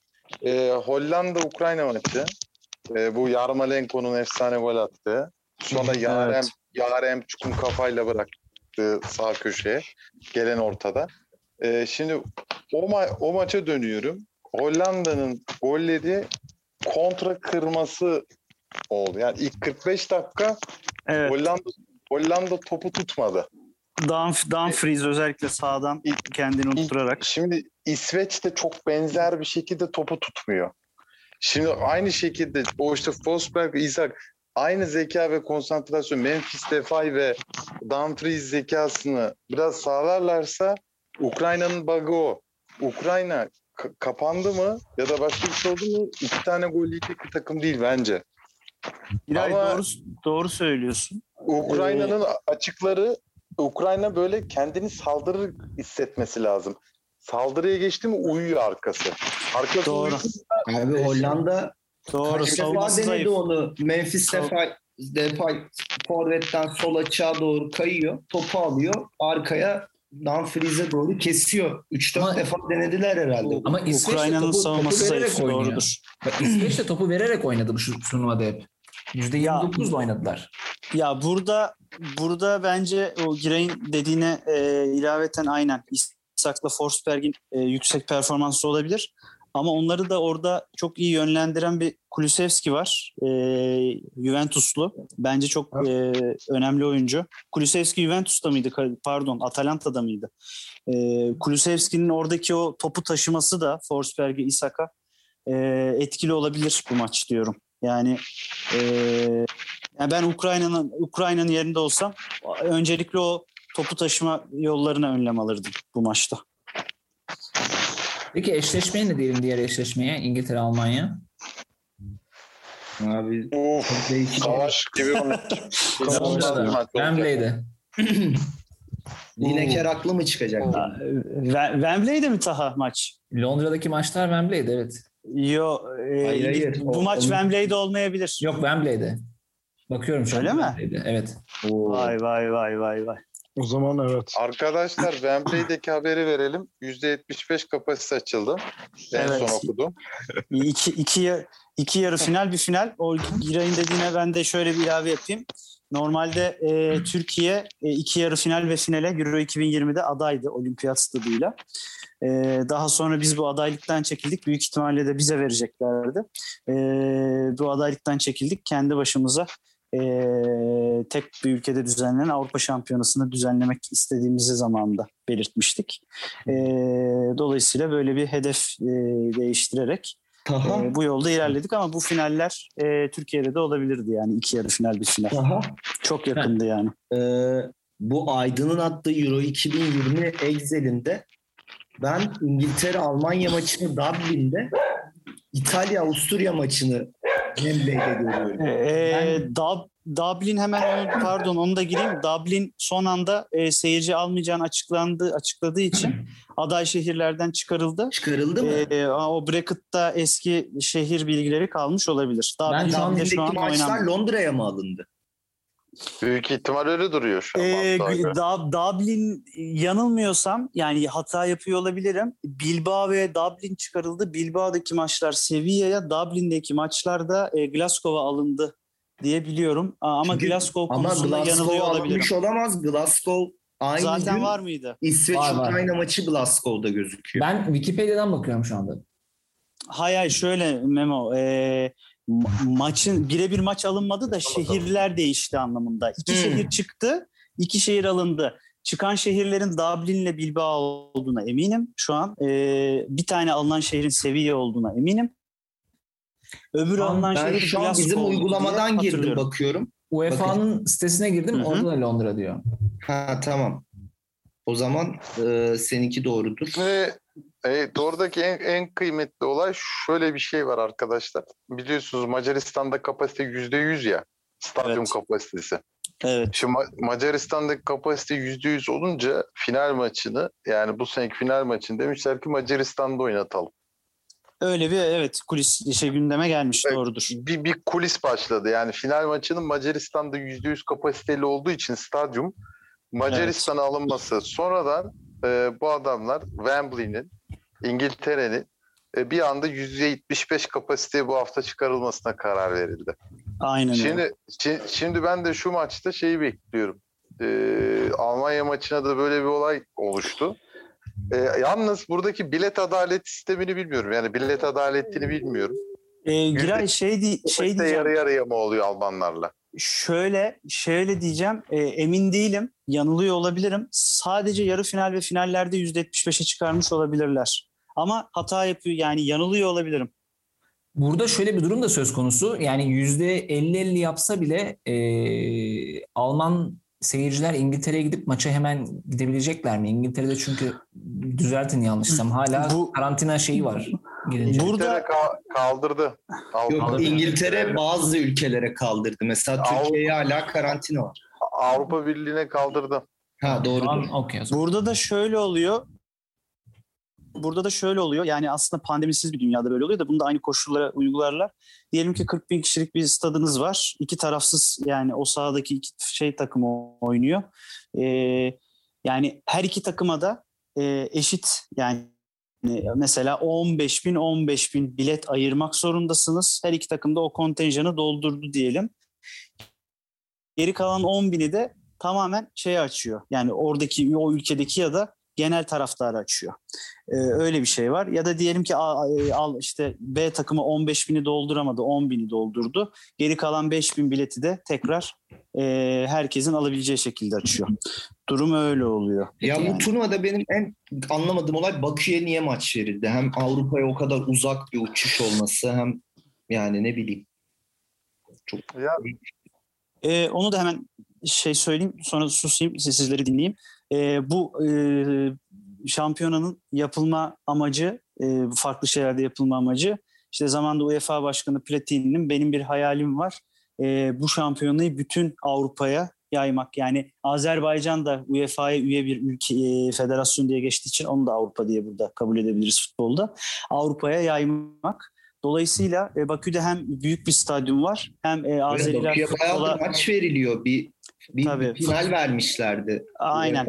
Speaker 6: E, Hollanda-Ukrayna maçı e, bu Yarmolenko'nun efsane gol attığı. Sonra Yarem evet. Yarem çukun kafayla bıraktı sağ köşeye gelen ortada. E, şimdi o, ma- o maça dönüyorum. Hollanda'nın golleri kontra kırması oldu. Yani ilk kırk beş dakika evet. Hollanda Hollanda topu tutmadı.
Speaker 3: Dumfries özellikle sağdan kendini unutturarak.
Speaker 6: Şimdi İsveç de çok benzer bir şekilde topu tutmuyor. Şimdi aynı şekilde o işte Forsberg, Isak aynı zeka ve konsantrasyon Memphis Depay ve Dumfries zekasını biraz sağlarlarsa Ukrayna'nın bug'ı o. Ukrayna k- kapandı mı ya da başka bir şey oldu mu iki tane gol yiyecek bir takım değil bence.
Speaker 3: İlay, Ama doğru, doğru söylüyorsun.
Speaker 6: Ukrayna'nın ee... açıkları Ukrayna böyle kendini saldırı hissetmesi lazım. Saldırıya geçti mi uyuyor arkası. Arkası
Speaker 3: doğru.
Speaker 2: Abi e, Hollanda
Speaker 3: doğru.
Speaker 2: Kaç defa denedi onu. Memphis Depay, Depay forvetten sol açığa doğru kayıyor. Topu alıyor. Arkaya Dumfries'e doğru kesiyor. üç dört defa denediler herhalde.
Speaker 1: Ama
Speaker 3: Ukrayna'nın savunması zayıf. Doğrudur.
Speaker 1: İsveç de topu vererek oynadı bu turnuvada hep. yüzde yirmi dokuzla oynadılar.
Speaker 3: Ya burada burada bence o Giray'ın dediğine e, ilaveten aynen İshak'la Forsberg'in e, yüksek performansı olabilir. Ama onları da orada çok iyi yönlendiren bir Kulusevski var. E, Juventuslu. Bence çok e, önemli oyuncu. Kulusevski Juventus'ta mıydı? Pardon, Atalanta'da mıydı? E, Kulusevski'nin oradaki o topu taşıması da Forsberg'e, Ishak'a e, etkili olabilir bu maç diyorum. Yani, e, yani ben Ukrayna'nın Ukrayna'nın yerinde olsam öncelikle o topu taşıma yollarına önlem alırdım bu maçta.
Speaker 1: Peki eşleşmeye ne diyelim, diğer eşleşmeye? İngiltere, Almanya.
Speaker 2: Abi
Speaker 6: of, savaş gibi
Speaker 1: Wembley'de.
Speaker 2: Lineker aklı mı çıkacak?
Speaker 3: Wembley'de mi Taha maç?
Speaker 1: Londra'daki maçlar Wembley'de, evet.
Speaker 3: Yo, e, hayır, hayır. Bu o, maç o, Wembley'de olmayabilir.
Speaker 1: Yok, Wembley'de. Bakıyorum şu an.
Speaker 3: Öyle mi?
Speaker 1: Evet.
Speaker 3: Oo. Vay vay vay vay vay.
Speaker 4: O zaman evet.
Speaker 6: Arkadaşlar Wembley'deki haberi verelim. yüzde yetmiş beş kapasite açıldı. En evet. son okudum.
Speaker 3: iki, iki, iki yarı final bir final. O Giray'ın dediğine ben de şöyle bir ilave yapayım. Normalde e, Türkiye e, iki yarı final ve finale Euro iki bin yirmide adaydı olimpiyat stadıyla. E, daha sonra biz bu adaylıktan çekildik. Büyük ihtimalle de bize vereceklerdi. E, bu adaylıktan çekildik. Kendi başımıza e, tek bir ülkede düzenlenen Avrupa Şampiyonası'nı düzenlemek istediğimizi zamanında belirtmiştik. E, dolayısıyla böyle bir hedef e, değiştirerek e, bu yolda ilerledik ama bu finaller e, Türkiye'de de olabilirdi yani iki yarı final bir final. Aha. Çok yakındı yani.
Speaker 2: Ee, bu Aydın'ın attığı Euro iki bin yirmi Excel'inde ben İngiltere-Almanya maçını Dublin'de, İtalya-Avusturya maçını Wembley'de görüyorum.
Speaker 3: Ee, ben... Dublin hemen pardon onu da gireyim. Dublin son anda e, seyirci almayacağını açıklandı açıkladığı için aday şehirlerden çıkarıldı.
Speaker 2: Çıkarıldı mı?
Speaker 3: E, o bracket'ta eski şehir bilgileri kalmış olabilir.
Speaker 2: Ben Dublin'deki şu an maçlar oynandı. Londra'ya mı alındı?
Speaker 6: Büyük ihtimal öyle duruyor şu an.
Speaker 3: Ee, Dublin yanılmıyorsam yani hata yapıyor olabilirim. Bilbao ve Dublin çıkarıldı. Bilbao'daki maçlar Sevilla'ya, Dublin'deki maçlar da e, Glasgow'a alındı diye biliyorum. Ama Çünkü, Glasgow konusunda ama yanılıyor olabilirim.
Speaker 2: Ama olamaz. Glasgow aynı
Speaker 3: zaten
Speaker 2: gün
Speaker 3: var mıydı?
Speaker 2: İsveç-Ukrayna maçı Glasgow'da gözüküyor.
Speaker 1: Ben Wikipedia'dan bakıyorum şu anda.
Speaker 3: Hayır hayır şöyle Memo. E, maçın birebir maç alınmadı da şehirler değişti anlamında. İki hmm. şehir çıktı, iki şehir alındı. Çıkan şehirlerin Dublin ile Bilbao olduğuna eminim şu an. E, bir tane alınan şehrin Sevilla olduğuna eminim. Öbür alınan
Speaker 2: ben
Speaker 3: şehir
Speaker 2: şu an bizim uygulamadan girdim bakıyorum.
Speaker 1: U E F A'nın sitesine girdim.
Speaker 3: Hı hı.
Speaker 1: Orada da Londra diyor.
Speaker 2: Ha tamam. O zaman e, seninki doğrudur.
Speaker 6: Ve e, oradaki en, en kıymetli olay şöyle bir şey var arkadaşlar. Biliyorsunuz Macaristan'da kapasite yüzde yüz ya. Stadyum
Speaker 3: Evet.
Speaker 6: kapasitesi.
Speaker 3: Evet.
Speaker 6: Şimdi Ma- Macaristan'daki kapasite yüzde yüz olunca final maçını, yani bu seneki final maçını demişler ki Macaristan'da oynatalım.
Speaker 3: Öyle bir evet kulis şey gündeme gelmiş,
Speaker 6: Evet,
Speaker 3: doğrudur.
Speaker 6: Bir, bir kulis başladı. Yani final maçının Macaristan'da yüzde yüz kapasiteli olduğu için stadyum Macaristan'a evet. alınması. Sonradan e, bu adamlar Wembley'nin, İngiltere'nin e, bir anda yüzde yetmiş beş kapasiteye bu hafta çıkarılmasına karar verildi.
Speaker 3: Aynen
Speaker 6: şimdi,
Speaker 3: öyle.
Speaker 6: Şimdi, şimdi ben de şu maçta şeyi bekliyorum. E, Almanya maçına da böyle bir olay oluştu. E, yalnız buradaki bilet adalet sistemini bilmiyorum. Yani bilet adaletini bilmiyorum.
Speaker 3: E, Giray şey, di- şey diyeceğim.
Speaker 6: Yarı yarıya mı oluyor Almanlarla?
Speaker 3: Şöyle şöyle diyeceğim. E, emin değilim. Yanılıyor olabilirim. Sadece yarı final ve finallerde yüzde yetmiş beşe çıkarmış olabilirler. Ama hata yapıyor, yani yanılıyor olabilirim.
Speaker 1: Burada şöyle bir durum da söz konusu. Yani yüzde elli elli yapsa bile e, Alman seyirciler İngiltere'ye gidip maça hemen gidebilecekler mi? İngiltere'de çünkü düzeltin yanlışsam hala bu, karantina şeyi var.
Speaker 6: Girince. Burada ka- kaldırdı.
Speaker 2: Yok, kaldırdı. İngiltere bazı ülkelere kaldırdı. Mesela Türkiye'ye hala karantina var.
Speaker 6: Avrupa Birliği'ne kaldırdı.
Speaker 2: Ha doğru.
Speaker 1: Okay,
Speaker 3: burada da şöyle oluyor. Burada da şöyle oluyor. Yani aslında pandemisiz bir dünyada böyle oluyor da bunu da aynı koşullara uygularlar. Diyelim ki kırk bin kişilik bir stadınız var. İki tarafsız, yani o sahadaki iki şey takımı oynuyor. Ee, yani her iki takıma da e, eşit, yani mesela on beş bin on beş bin bilet ayırmak zorundasınız. Her iki takım da o kontenjanı doldurdu diyelim. Geri kalan on bini de tamamen şeye açıyor. Yani oradaki o ülkedeki ya da genel taraftarı açıyor. Ee, öyle bir şey var. Ya da diyelim ki al işte B takımı on beş bini dolduramadı, on bini doldurdu. Geri kalan beş bin bileti de tekrar e, herkesin alabileceği şekilde açıyor. Durum öyle oluyor.
Speaker 2: Ya
Speaker 3: yani.
Speaker 2: Bu turnuvada benim en anlamadığım olay Bakü'ye niye maç verildi? Hem Avrupa'ya o kadar uzak bir uçuş olması, hem yani ne bileyim. Çok
Speaker 6: ya.
Speaker 3: Ee, onu da hemen şey söyleyeyim, sonra susayım, sizleri dinleyeyim. Ee, bu e, şampiyonanın yapılma amacı, e, farklı şeylerde yapılma amacı, işte zamanında U E F A Başkanı Platini'nin benim bir hayalim var. E, bu şampiyonayı bütün Avrupa'ya yaymak. Yani Azerbaycan da U E F A'ya üye bir ülke, e, federasyon diye geçtiği için onu da Avrupa diye burada kabul edebiliriz futbolda. Avrupa'ya yaymak. Dolayısıyla e, Bakü'de hem büyük bir stadyum var, hem e, Azeriler
Speaker 2: Bakü'ye
Speaker 3: futbola...
Speaker 2: bayağı maç veriliyor. Bir Bir, bir final vermişlerdi.
Speaker 3: Aynen.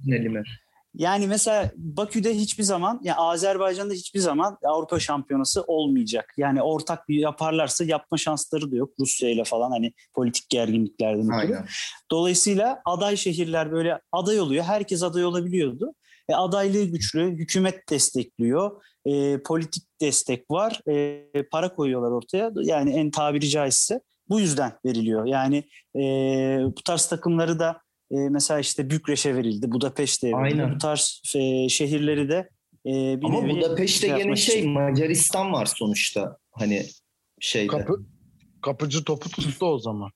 Speaker 3: Yani mesela Bakü'de hiçbir zaman, yani Azerbaycan'da hiçbir zaman Avrupa Şampiyonası olmayacak. Yani ortak bir yaparlarsa yapma şansları da yok Rusya ile falan, hani politik gerginliklerden ötürü. Dolayısıyla aday şehirler böyle aday oluyor. Herkes aday olabiliyordu. E, adaylığı güçlü, hükümet destekliyor, e, politik destek var, e, para koyuyorlar ortaya. Yani en tabiri caizse bu yüzden veriliyor. Yani e, bu tarz takımları da e, mesela işte Bükreş'e verildi, Budapeşte'ye verildi. Aynen. Bu tarz e, şehirleri de e, bir
Speaker 2: ama
Speaker 3: nevi
Speaker 2: Budapeşte
Speaker 3: şey
Speaker 2: gene şey
Speaker 3: için.
Speaker 2: Macaristan var sonuçta. Hani şeyde.
Speaker 4: Kapı, kapıcı topu tuttu o zaman.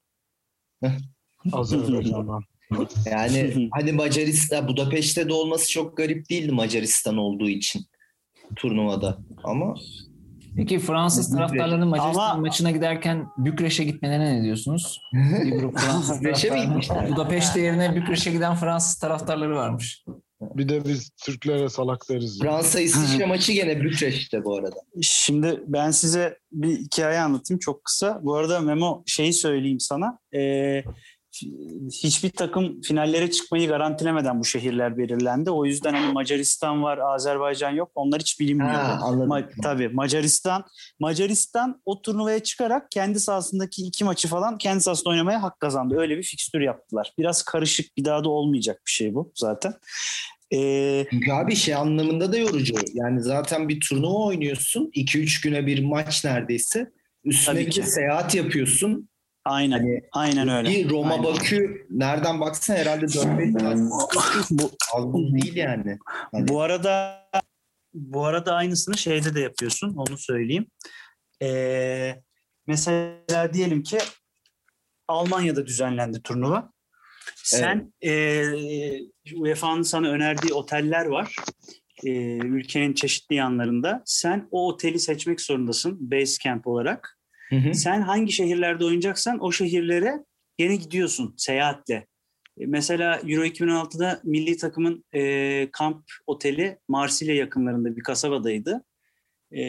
Speaker 4: Azerbaycan'dan.
Speaker 2: Yani hani Macaristan, Budapeşte de olması çok garip değildi Macaristan olduğu için turnuvada. Ama
Speaker 1: peki Fransız taraftarlarının Macaristan Ama... maçına giderken Bükreş'e gitmelerine ne diyorsunuz? Bir grup Fransız taraftarları. Budapeşte yerine Bükreş'e giden Fransız taraftarları varmış.
Speaker 4: Bir de biz Türklere salak deriz.
Speaker 2: Fransa-İsviçre maçı gene Bükreş'te bu arada.
Speaker 3: Şimdi ben size bir hikaye anlatayım çok kısa. Bu arada Memo, şeyi söyleyeyim sana. Ee, hiçbir takım finallere çıkmayı garantilemeden bu şehirler belirlendi. O yüzden hani Macaristan var, Azerbaycan yok. Onlar hiç bilinmiyor.
Speaker 2: Ha,
Speaker 3: Ma- tabii Macaristan Macaristan o turnuvaya çıkarak kendi sahasındaki iki maçı falan kendi sahasında oynamaya hak kazandı. Öyle bir fikstür yaptılar. Biraz karışık, bir daha da olmayacak bir şey bu zaten.
Speaker 2: Ee, Çünkü abi şey anlamında da yorucu. Yani zaten bir turnuva oynuyorsun. iki üç güne bir maç neredeyse. Üstüne bir de seyahat yapıyorsun.
Speaker 3: Aynen. Hani aynen öyle.
Speaker 2: Bir Roma
Speaker 3: aynen.
Speaker 2: Bakü nereden baksan herhalde dört beş bu az değil yani. Hani...
Speaker 3: Bu arada bu arada aynısını şeyde de yapıyorsun. Onu söyleyeyim. Ee, mesela diyelim ki Almanya'da düzenlendi turnuva. Sen evet. e, U E F A'nın sana önerdiği oteller var. E, ülkenin çeşitli yanlarında. Sen o oteli seçmek zorundasın base camp olarak. Hı hı. Sen hangi şehirlerde oynayacaksan o şehirlere yine gidiyorsun seyahatle. E, mesela Euro iki bin on altıda milli takımın e, kamp oteli Marsilya yakınlarında bir kasabadaydı. E,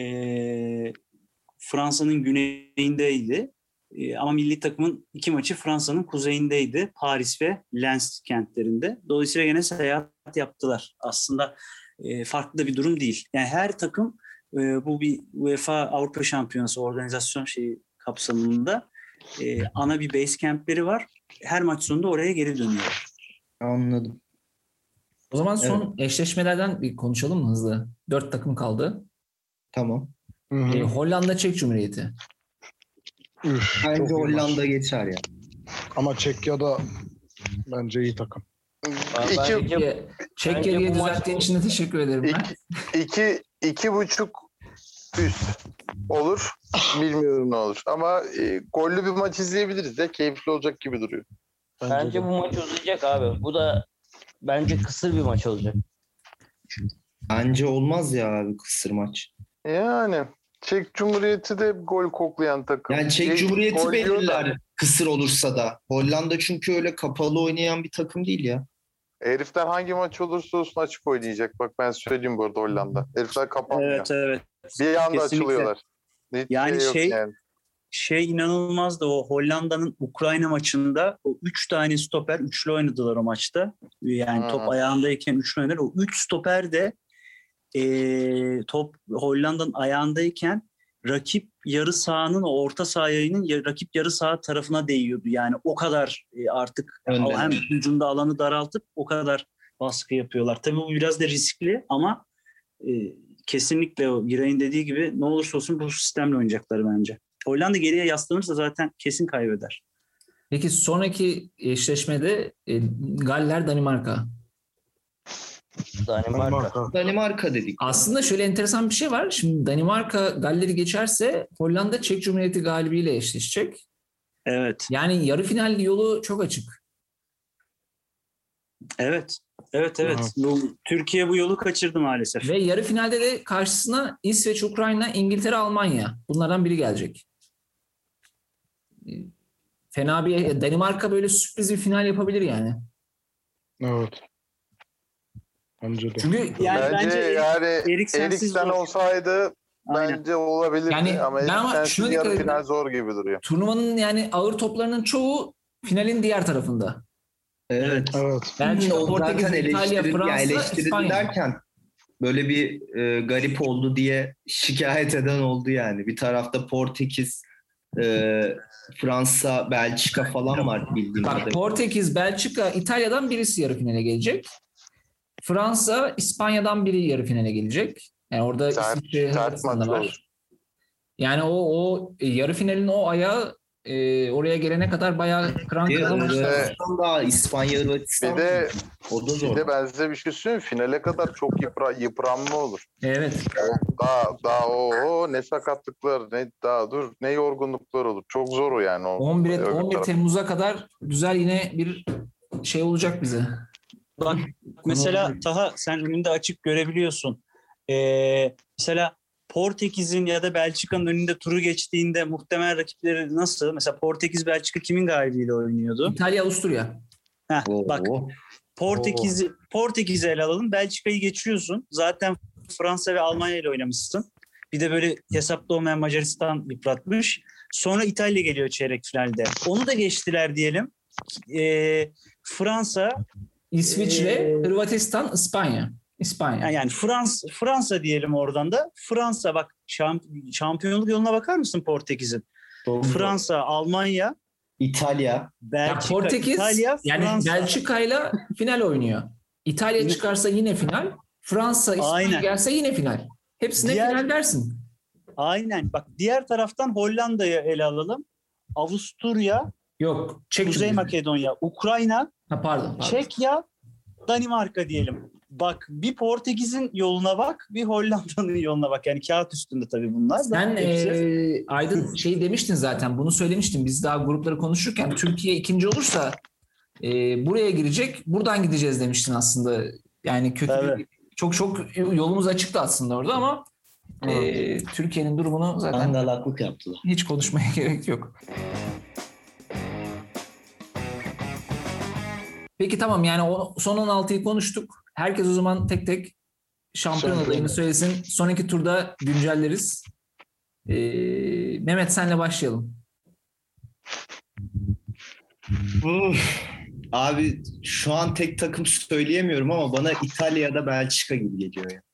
Speaker 3: Fransa'nın güneyindeydi. E, ama milli takımın iki maçı Fransa'nın kuzeyindeydi. Paris ve Lens kentlerinde. Dolayısıyla yine seyahat yaptılar. Aslında e, farklı da bir durum değil. Yani her takım e, bu bir UEFA Avrupa Şampiyonası organizasyon şeyi kapsamında e, ana bir base campleri var. Her maç sonunda oraya geri dönüyor.
Speaker 2: Anladım.
Speaker 1: O zaman son evet. eşleşmelerden bir konuşalım mı hızlı? Dört takım kaldı.
Speaker 2: Tamam.
Speaker 1: E, Hollanda Çek Cumhuriyeti.
Speaker 4: Üf,
Speaker 2: bence Hollanda geçer ya.
Speaker 4: Ama Çekya da bence iyi takım.
Speaker 1: İki, Çekya'yı düzelttiğin için de teşekkür ederim.
Speaker 6: İki, iki, iki buçuk üst olur. Bilmiyorum ne olur. Ama e, gollü bir maç izleyebiliriz de keyifli olacak gibi duruyor.
Speaker 5: Bence, bence bu maç uzayacak abi. Bu da bence kısır bir maç olacak.
Speaker 2: Bence olmaz ya abi kısır maç.
Speaker 6: Yani Çek Cumhuriyeti de gol koklayan takım.
Speaker 2: Yani Çek Cumhuriyeti belirler kısır olursa da. Hollanda çünkü öyle kapalı oynayan bir takım değil ya.
Speaker 6: Herifler hangi maç olursa olsun açık oynayacak. Bak ben söyleyeyim burada Hollanda. Herifler kapanmıyor.
Speaker 3: Evet evet.
Speaker 6: Bir anda kesinlikle açılıyorlar. Hiç
Speaker 3: yani şey, şey,
Speaker 6: yani.
Speaker 3: şey inanılmazdı o Hollanda'nın Ukrayna maçında o üç tane stoper üçlü oynadılar o maçta. Yani hmm. top ayağındayken üçlü oynadılar. O üç stoper de e, top Hollanda'nın ayağındayken rakip yarı sahanın orta sahayının rakip yarı saha tarafına değiyordu. Yani o kadar e, artık Önden. hem hücumda alanı daraltıp o kadar baskı yapıyorlar. Tabii bu biraz da riskli ama e, kesinlikle o Giray'ın dediği gibi ne olursa olsun bu sistemle oynayacaklar bence. Hollanda geriye yaslanırsa zaten kesin kaybeder.
Speaker 1: Peki sonraki eşleşmede e, Galler Danimarka.
Speaker 5: Danimarka.
Speaker 2: Danimarka dedik.
Speaker 1: Aslında şöyle enteresan bir şey var. Şimdi Danimarka Galler'i geçerse Hollanda Çek Cumhuriyeti galibiyle eşleşecek.
Speaker 3: Evet.
Speaker 1: Yani yarı final yolu çok açık.
Speaker 3: Evet. Evet evet. Bu, Türkiye bu yolu kaçırdı maalesef.
Speaker 1: Ve yarı finalde de karşısına İsveç, Ukrayna, İngiltere, Almanya. Bunlardan biri gelecek. Fena bir Danimarka böyle sürpriz bir final yapabilir yani.
Speaker 4: Evet. Bence de.
Speaker 1: Çünkü
Speaker 6: yani bence, bence yani Eriksen olsaydı Aynen. bence olabilirdi
Speaker 1: yani,
Speaker 6: ama Eriksen'siz yarı final zor gibi duruyor.
Speaker 1: Turnuvanın yani ağır toplarının çoğu finalin diğer tarafında.
Speaker 2: Evet.
Speaker 4: Evet.
Speaker 1: Belçika, Portekiz, İtalya, Fransa, İspanya.
Speaker 2: Derken böyle bir e, garip oldu diye şikayet eden oldu yani. Bir tarafta Portekiz, e, Fransa, Belçika falan var bildiğim kadarıyla.
Speaker 1: Portekiz, Belçika, İtalya'dan birisi yarı finale gelecek. Fransa, İspanya'dan biri yarı finale gelecek. Yani orada İsviçre Hırvatistan'da var. Yani o o yarı finalin o ayağı e, oraya gelene kadar bayağı kıran kıran
Speaker 2: maçlar. İspanya, Hırvatistan.
Speaker 6: Bir de o da zor. Bir de ben size bir şey söyleyeyim. Finale kadar çok yıpra, yıpranma olur.
Speaker 1: Evet.
Speaker 6: Daha daha o ne sakatlıklar, ne daha dur, ne yorgunluklar olur. Çok zor o yani. O,
Speaker 1: on bir on bir Temmuz'a kadar güzel yine bir şey olacak bize.
Speaker 3: Bak mesela Taha sen önünde açık görebiliyorsun. Ee, mesela Portekiz'in ya da Belçika'nın önünde turu geçtiğinde muhtemel rakipleri nasıl? Mesela Portekiz Belçika kimin galibiyle oynuyordu?
Speaker 1: İtalya Avusturya.
Speaker 3: Heh, bak Portekiz Portekiz'i ele alalım. Belçika'yı geçiyorsun. Zaten Fransa ve Almanya ile oynamışsın. Bir de böyle hesapta olmayan Macaristan yıpratmış. Sonra İtalya geliyor çeyrek finalde. Onu da geçtiler diyelim. Ee, Fransa
Speaker 1: İsviçre, ee, Hırvatistan, İspanya. İspanya.
Speaker 3: Yani Fransa, Fransa diyelim oradan da. Fransa bak şamp- şampiyonluk yoluna bakar mısın Portekiz'in? Doğru. Fransa, Almanya,
Speaker 2: İtalya,
Speaker 3: Belçika,
Speaker 1: ya Portekiz,
Speaker 3: İtalya,
Speaker 1: yani
Speaker 3: Fransa.
Speaker 1: Belçika'yla final oynuyor. İtalya çıkarsa yine final. Fransa, İspanya Aynen. gelse yine final. Hepsine diğer, final dersin.
Speaker 3: Aynen. Bak diğer taraftan Hollanda'yı ele alalım. Avusturya,
Speaker 1: Yok,
Speaker 3: Çek Kuzey Makedonya, Ukrayna,
Speaker 1: ha, pardon, pardon.
Speaker 3: Çekya, Danimarka diyelim. bak bir Portekiz'in yoluna bak, bir Hollanda'nın yoluna bak. Yani kağıt üstünde tabii bunlar.
Speaker 1: Sen e, Aydın şey demiştin zaten, bunu söylemiştin. Biz daha grupları konuşurken Türkiye ikinci olursa e, buraya girecek, buradan gideceğiz demiştin aslında. Yani kötü
Speaker 3: evet.
Speaker 1: bir, çok çok yolumuz açıktı aslında orada ama e, Türkiye'nin durumunu zaten
Speaker 2: Andalaklık yaptılar.
Speaker 1: Hiç konuşmaya gerek yok. Peki tamam, yani o son on altıyı konuştuk. Herkes o zaman tek tek şampiyon adayını söylesin. Sonraki turda güncelleriz. Ee, Mehmet, senle başlayalım.
Speaker 2: Uf. Abi şu an tek takım söyleyemiyorum ama bana İtalya ya da Belçika gibi geliyor ya.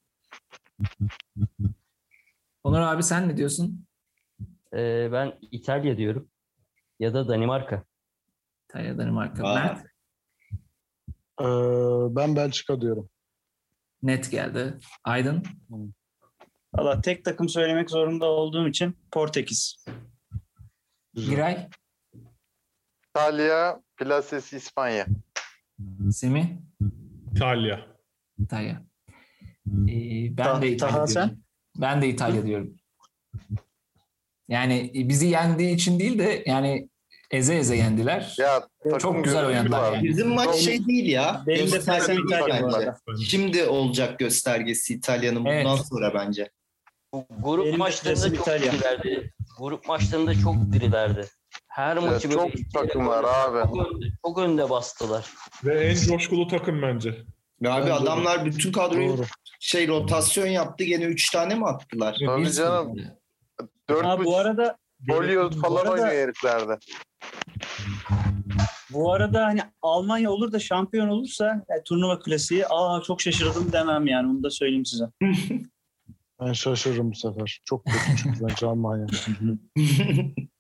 Speaker 1: Onur abi, sen ne diyorsun?
Speaker 5: Ee, ben İtalya diyorum. Ya da Danimarka.
Speaker 1: İtalya, Danimarka.
Speaker 2: Aa.
Speaker 1: Mert?
Speaker 4: Ee, ben Belçika diyorum.
Speaker 1: Net geldi. Aydın?
Speaker 3: Valla tek takım söylemek zorunda olduğum için Portekiz.
Speaker 1: Giray?
Speaker 6: İtalya, Plases, İspanya.
Speaker 1: Semih?
Speaker 7: İtalya.
Speaker 1: İtalya. Ee, ben
Speaker 3: Ta-
Speaker 1: de İtalya
Speaker 3: Taha
Speaker 1: diyorum.
Speaker 3: sen?
Speaker 1: Ben de İtalya diyorum. Yani bizi yendiği için değil de yani eze eze yendiler.
Speaker 6: Ya
Speaker 1: Çok güzel oynadılar yani.
Speaker 2: Bizim maç şey değil ya.
Speaker 3: Benim de
Speaker 2: gösterge
Speaker 3: tersim
Speaker 2: değil
Speaker 3: İtalya bu
Speaker 2: bence.
Speaker 3: arada.
Speaker 2: Şimdi olacak göstergesi İtalya'nın bundan
Speaker 1: Evet.
Speaker 2: sonra bence.
Speaker 5: Bu grup
Speaker 3: Benim de
Speaker 5: maçlarında
Speaker 3: stresim
Speaker 5: çok
Speaker 3: İtalya.
Speaker 5: dirilerdi. Grup maçlarında çok dirilerdi. Her
Speaker 6: Ya
Speaker 5: maçı
Speaker 6: çok
Speaker 5: böyle
Speaker 6: takım var abi.
Speaker 5: Çok önde, çok önde bastılar.
Speaker 7: Ve en coşkulu takım bence.
Speaker 2: Ya abi
Speaker 4: Bence de.
Speaker 2: adamlar bütün kadroyu
Speaker 4: Doğru.
Speaker 2: şey rotasyon yaptı, gene üç tane mi attılar?
Speaker 1: Ve
Speaker 6: Tabii
Speaker 1: bir
Speaker 6: canım.
Speaker 1: sıfır.
Speaker 6: Dört
Speaker 3: Ha, bu
Speaker 6: buçuk
Speaker 3: arada
Speaker 6: gol yiyoruz
Speaker 3: bu
Speaker 6: falan
Speaker 3: arada-
Speaker 6: oynuyor heriflerde.
Speaker 3: bu arada hani Almanya olur da şampiyon olursa yani turnuva klasiği aa çok şaşırdım demem yani, bunu da söyleyeyim size.
Speaker 4: Ben şaşırırım bu sefer. Çok kötü çünkü bence Almanya.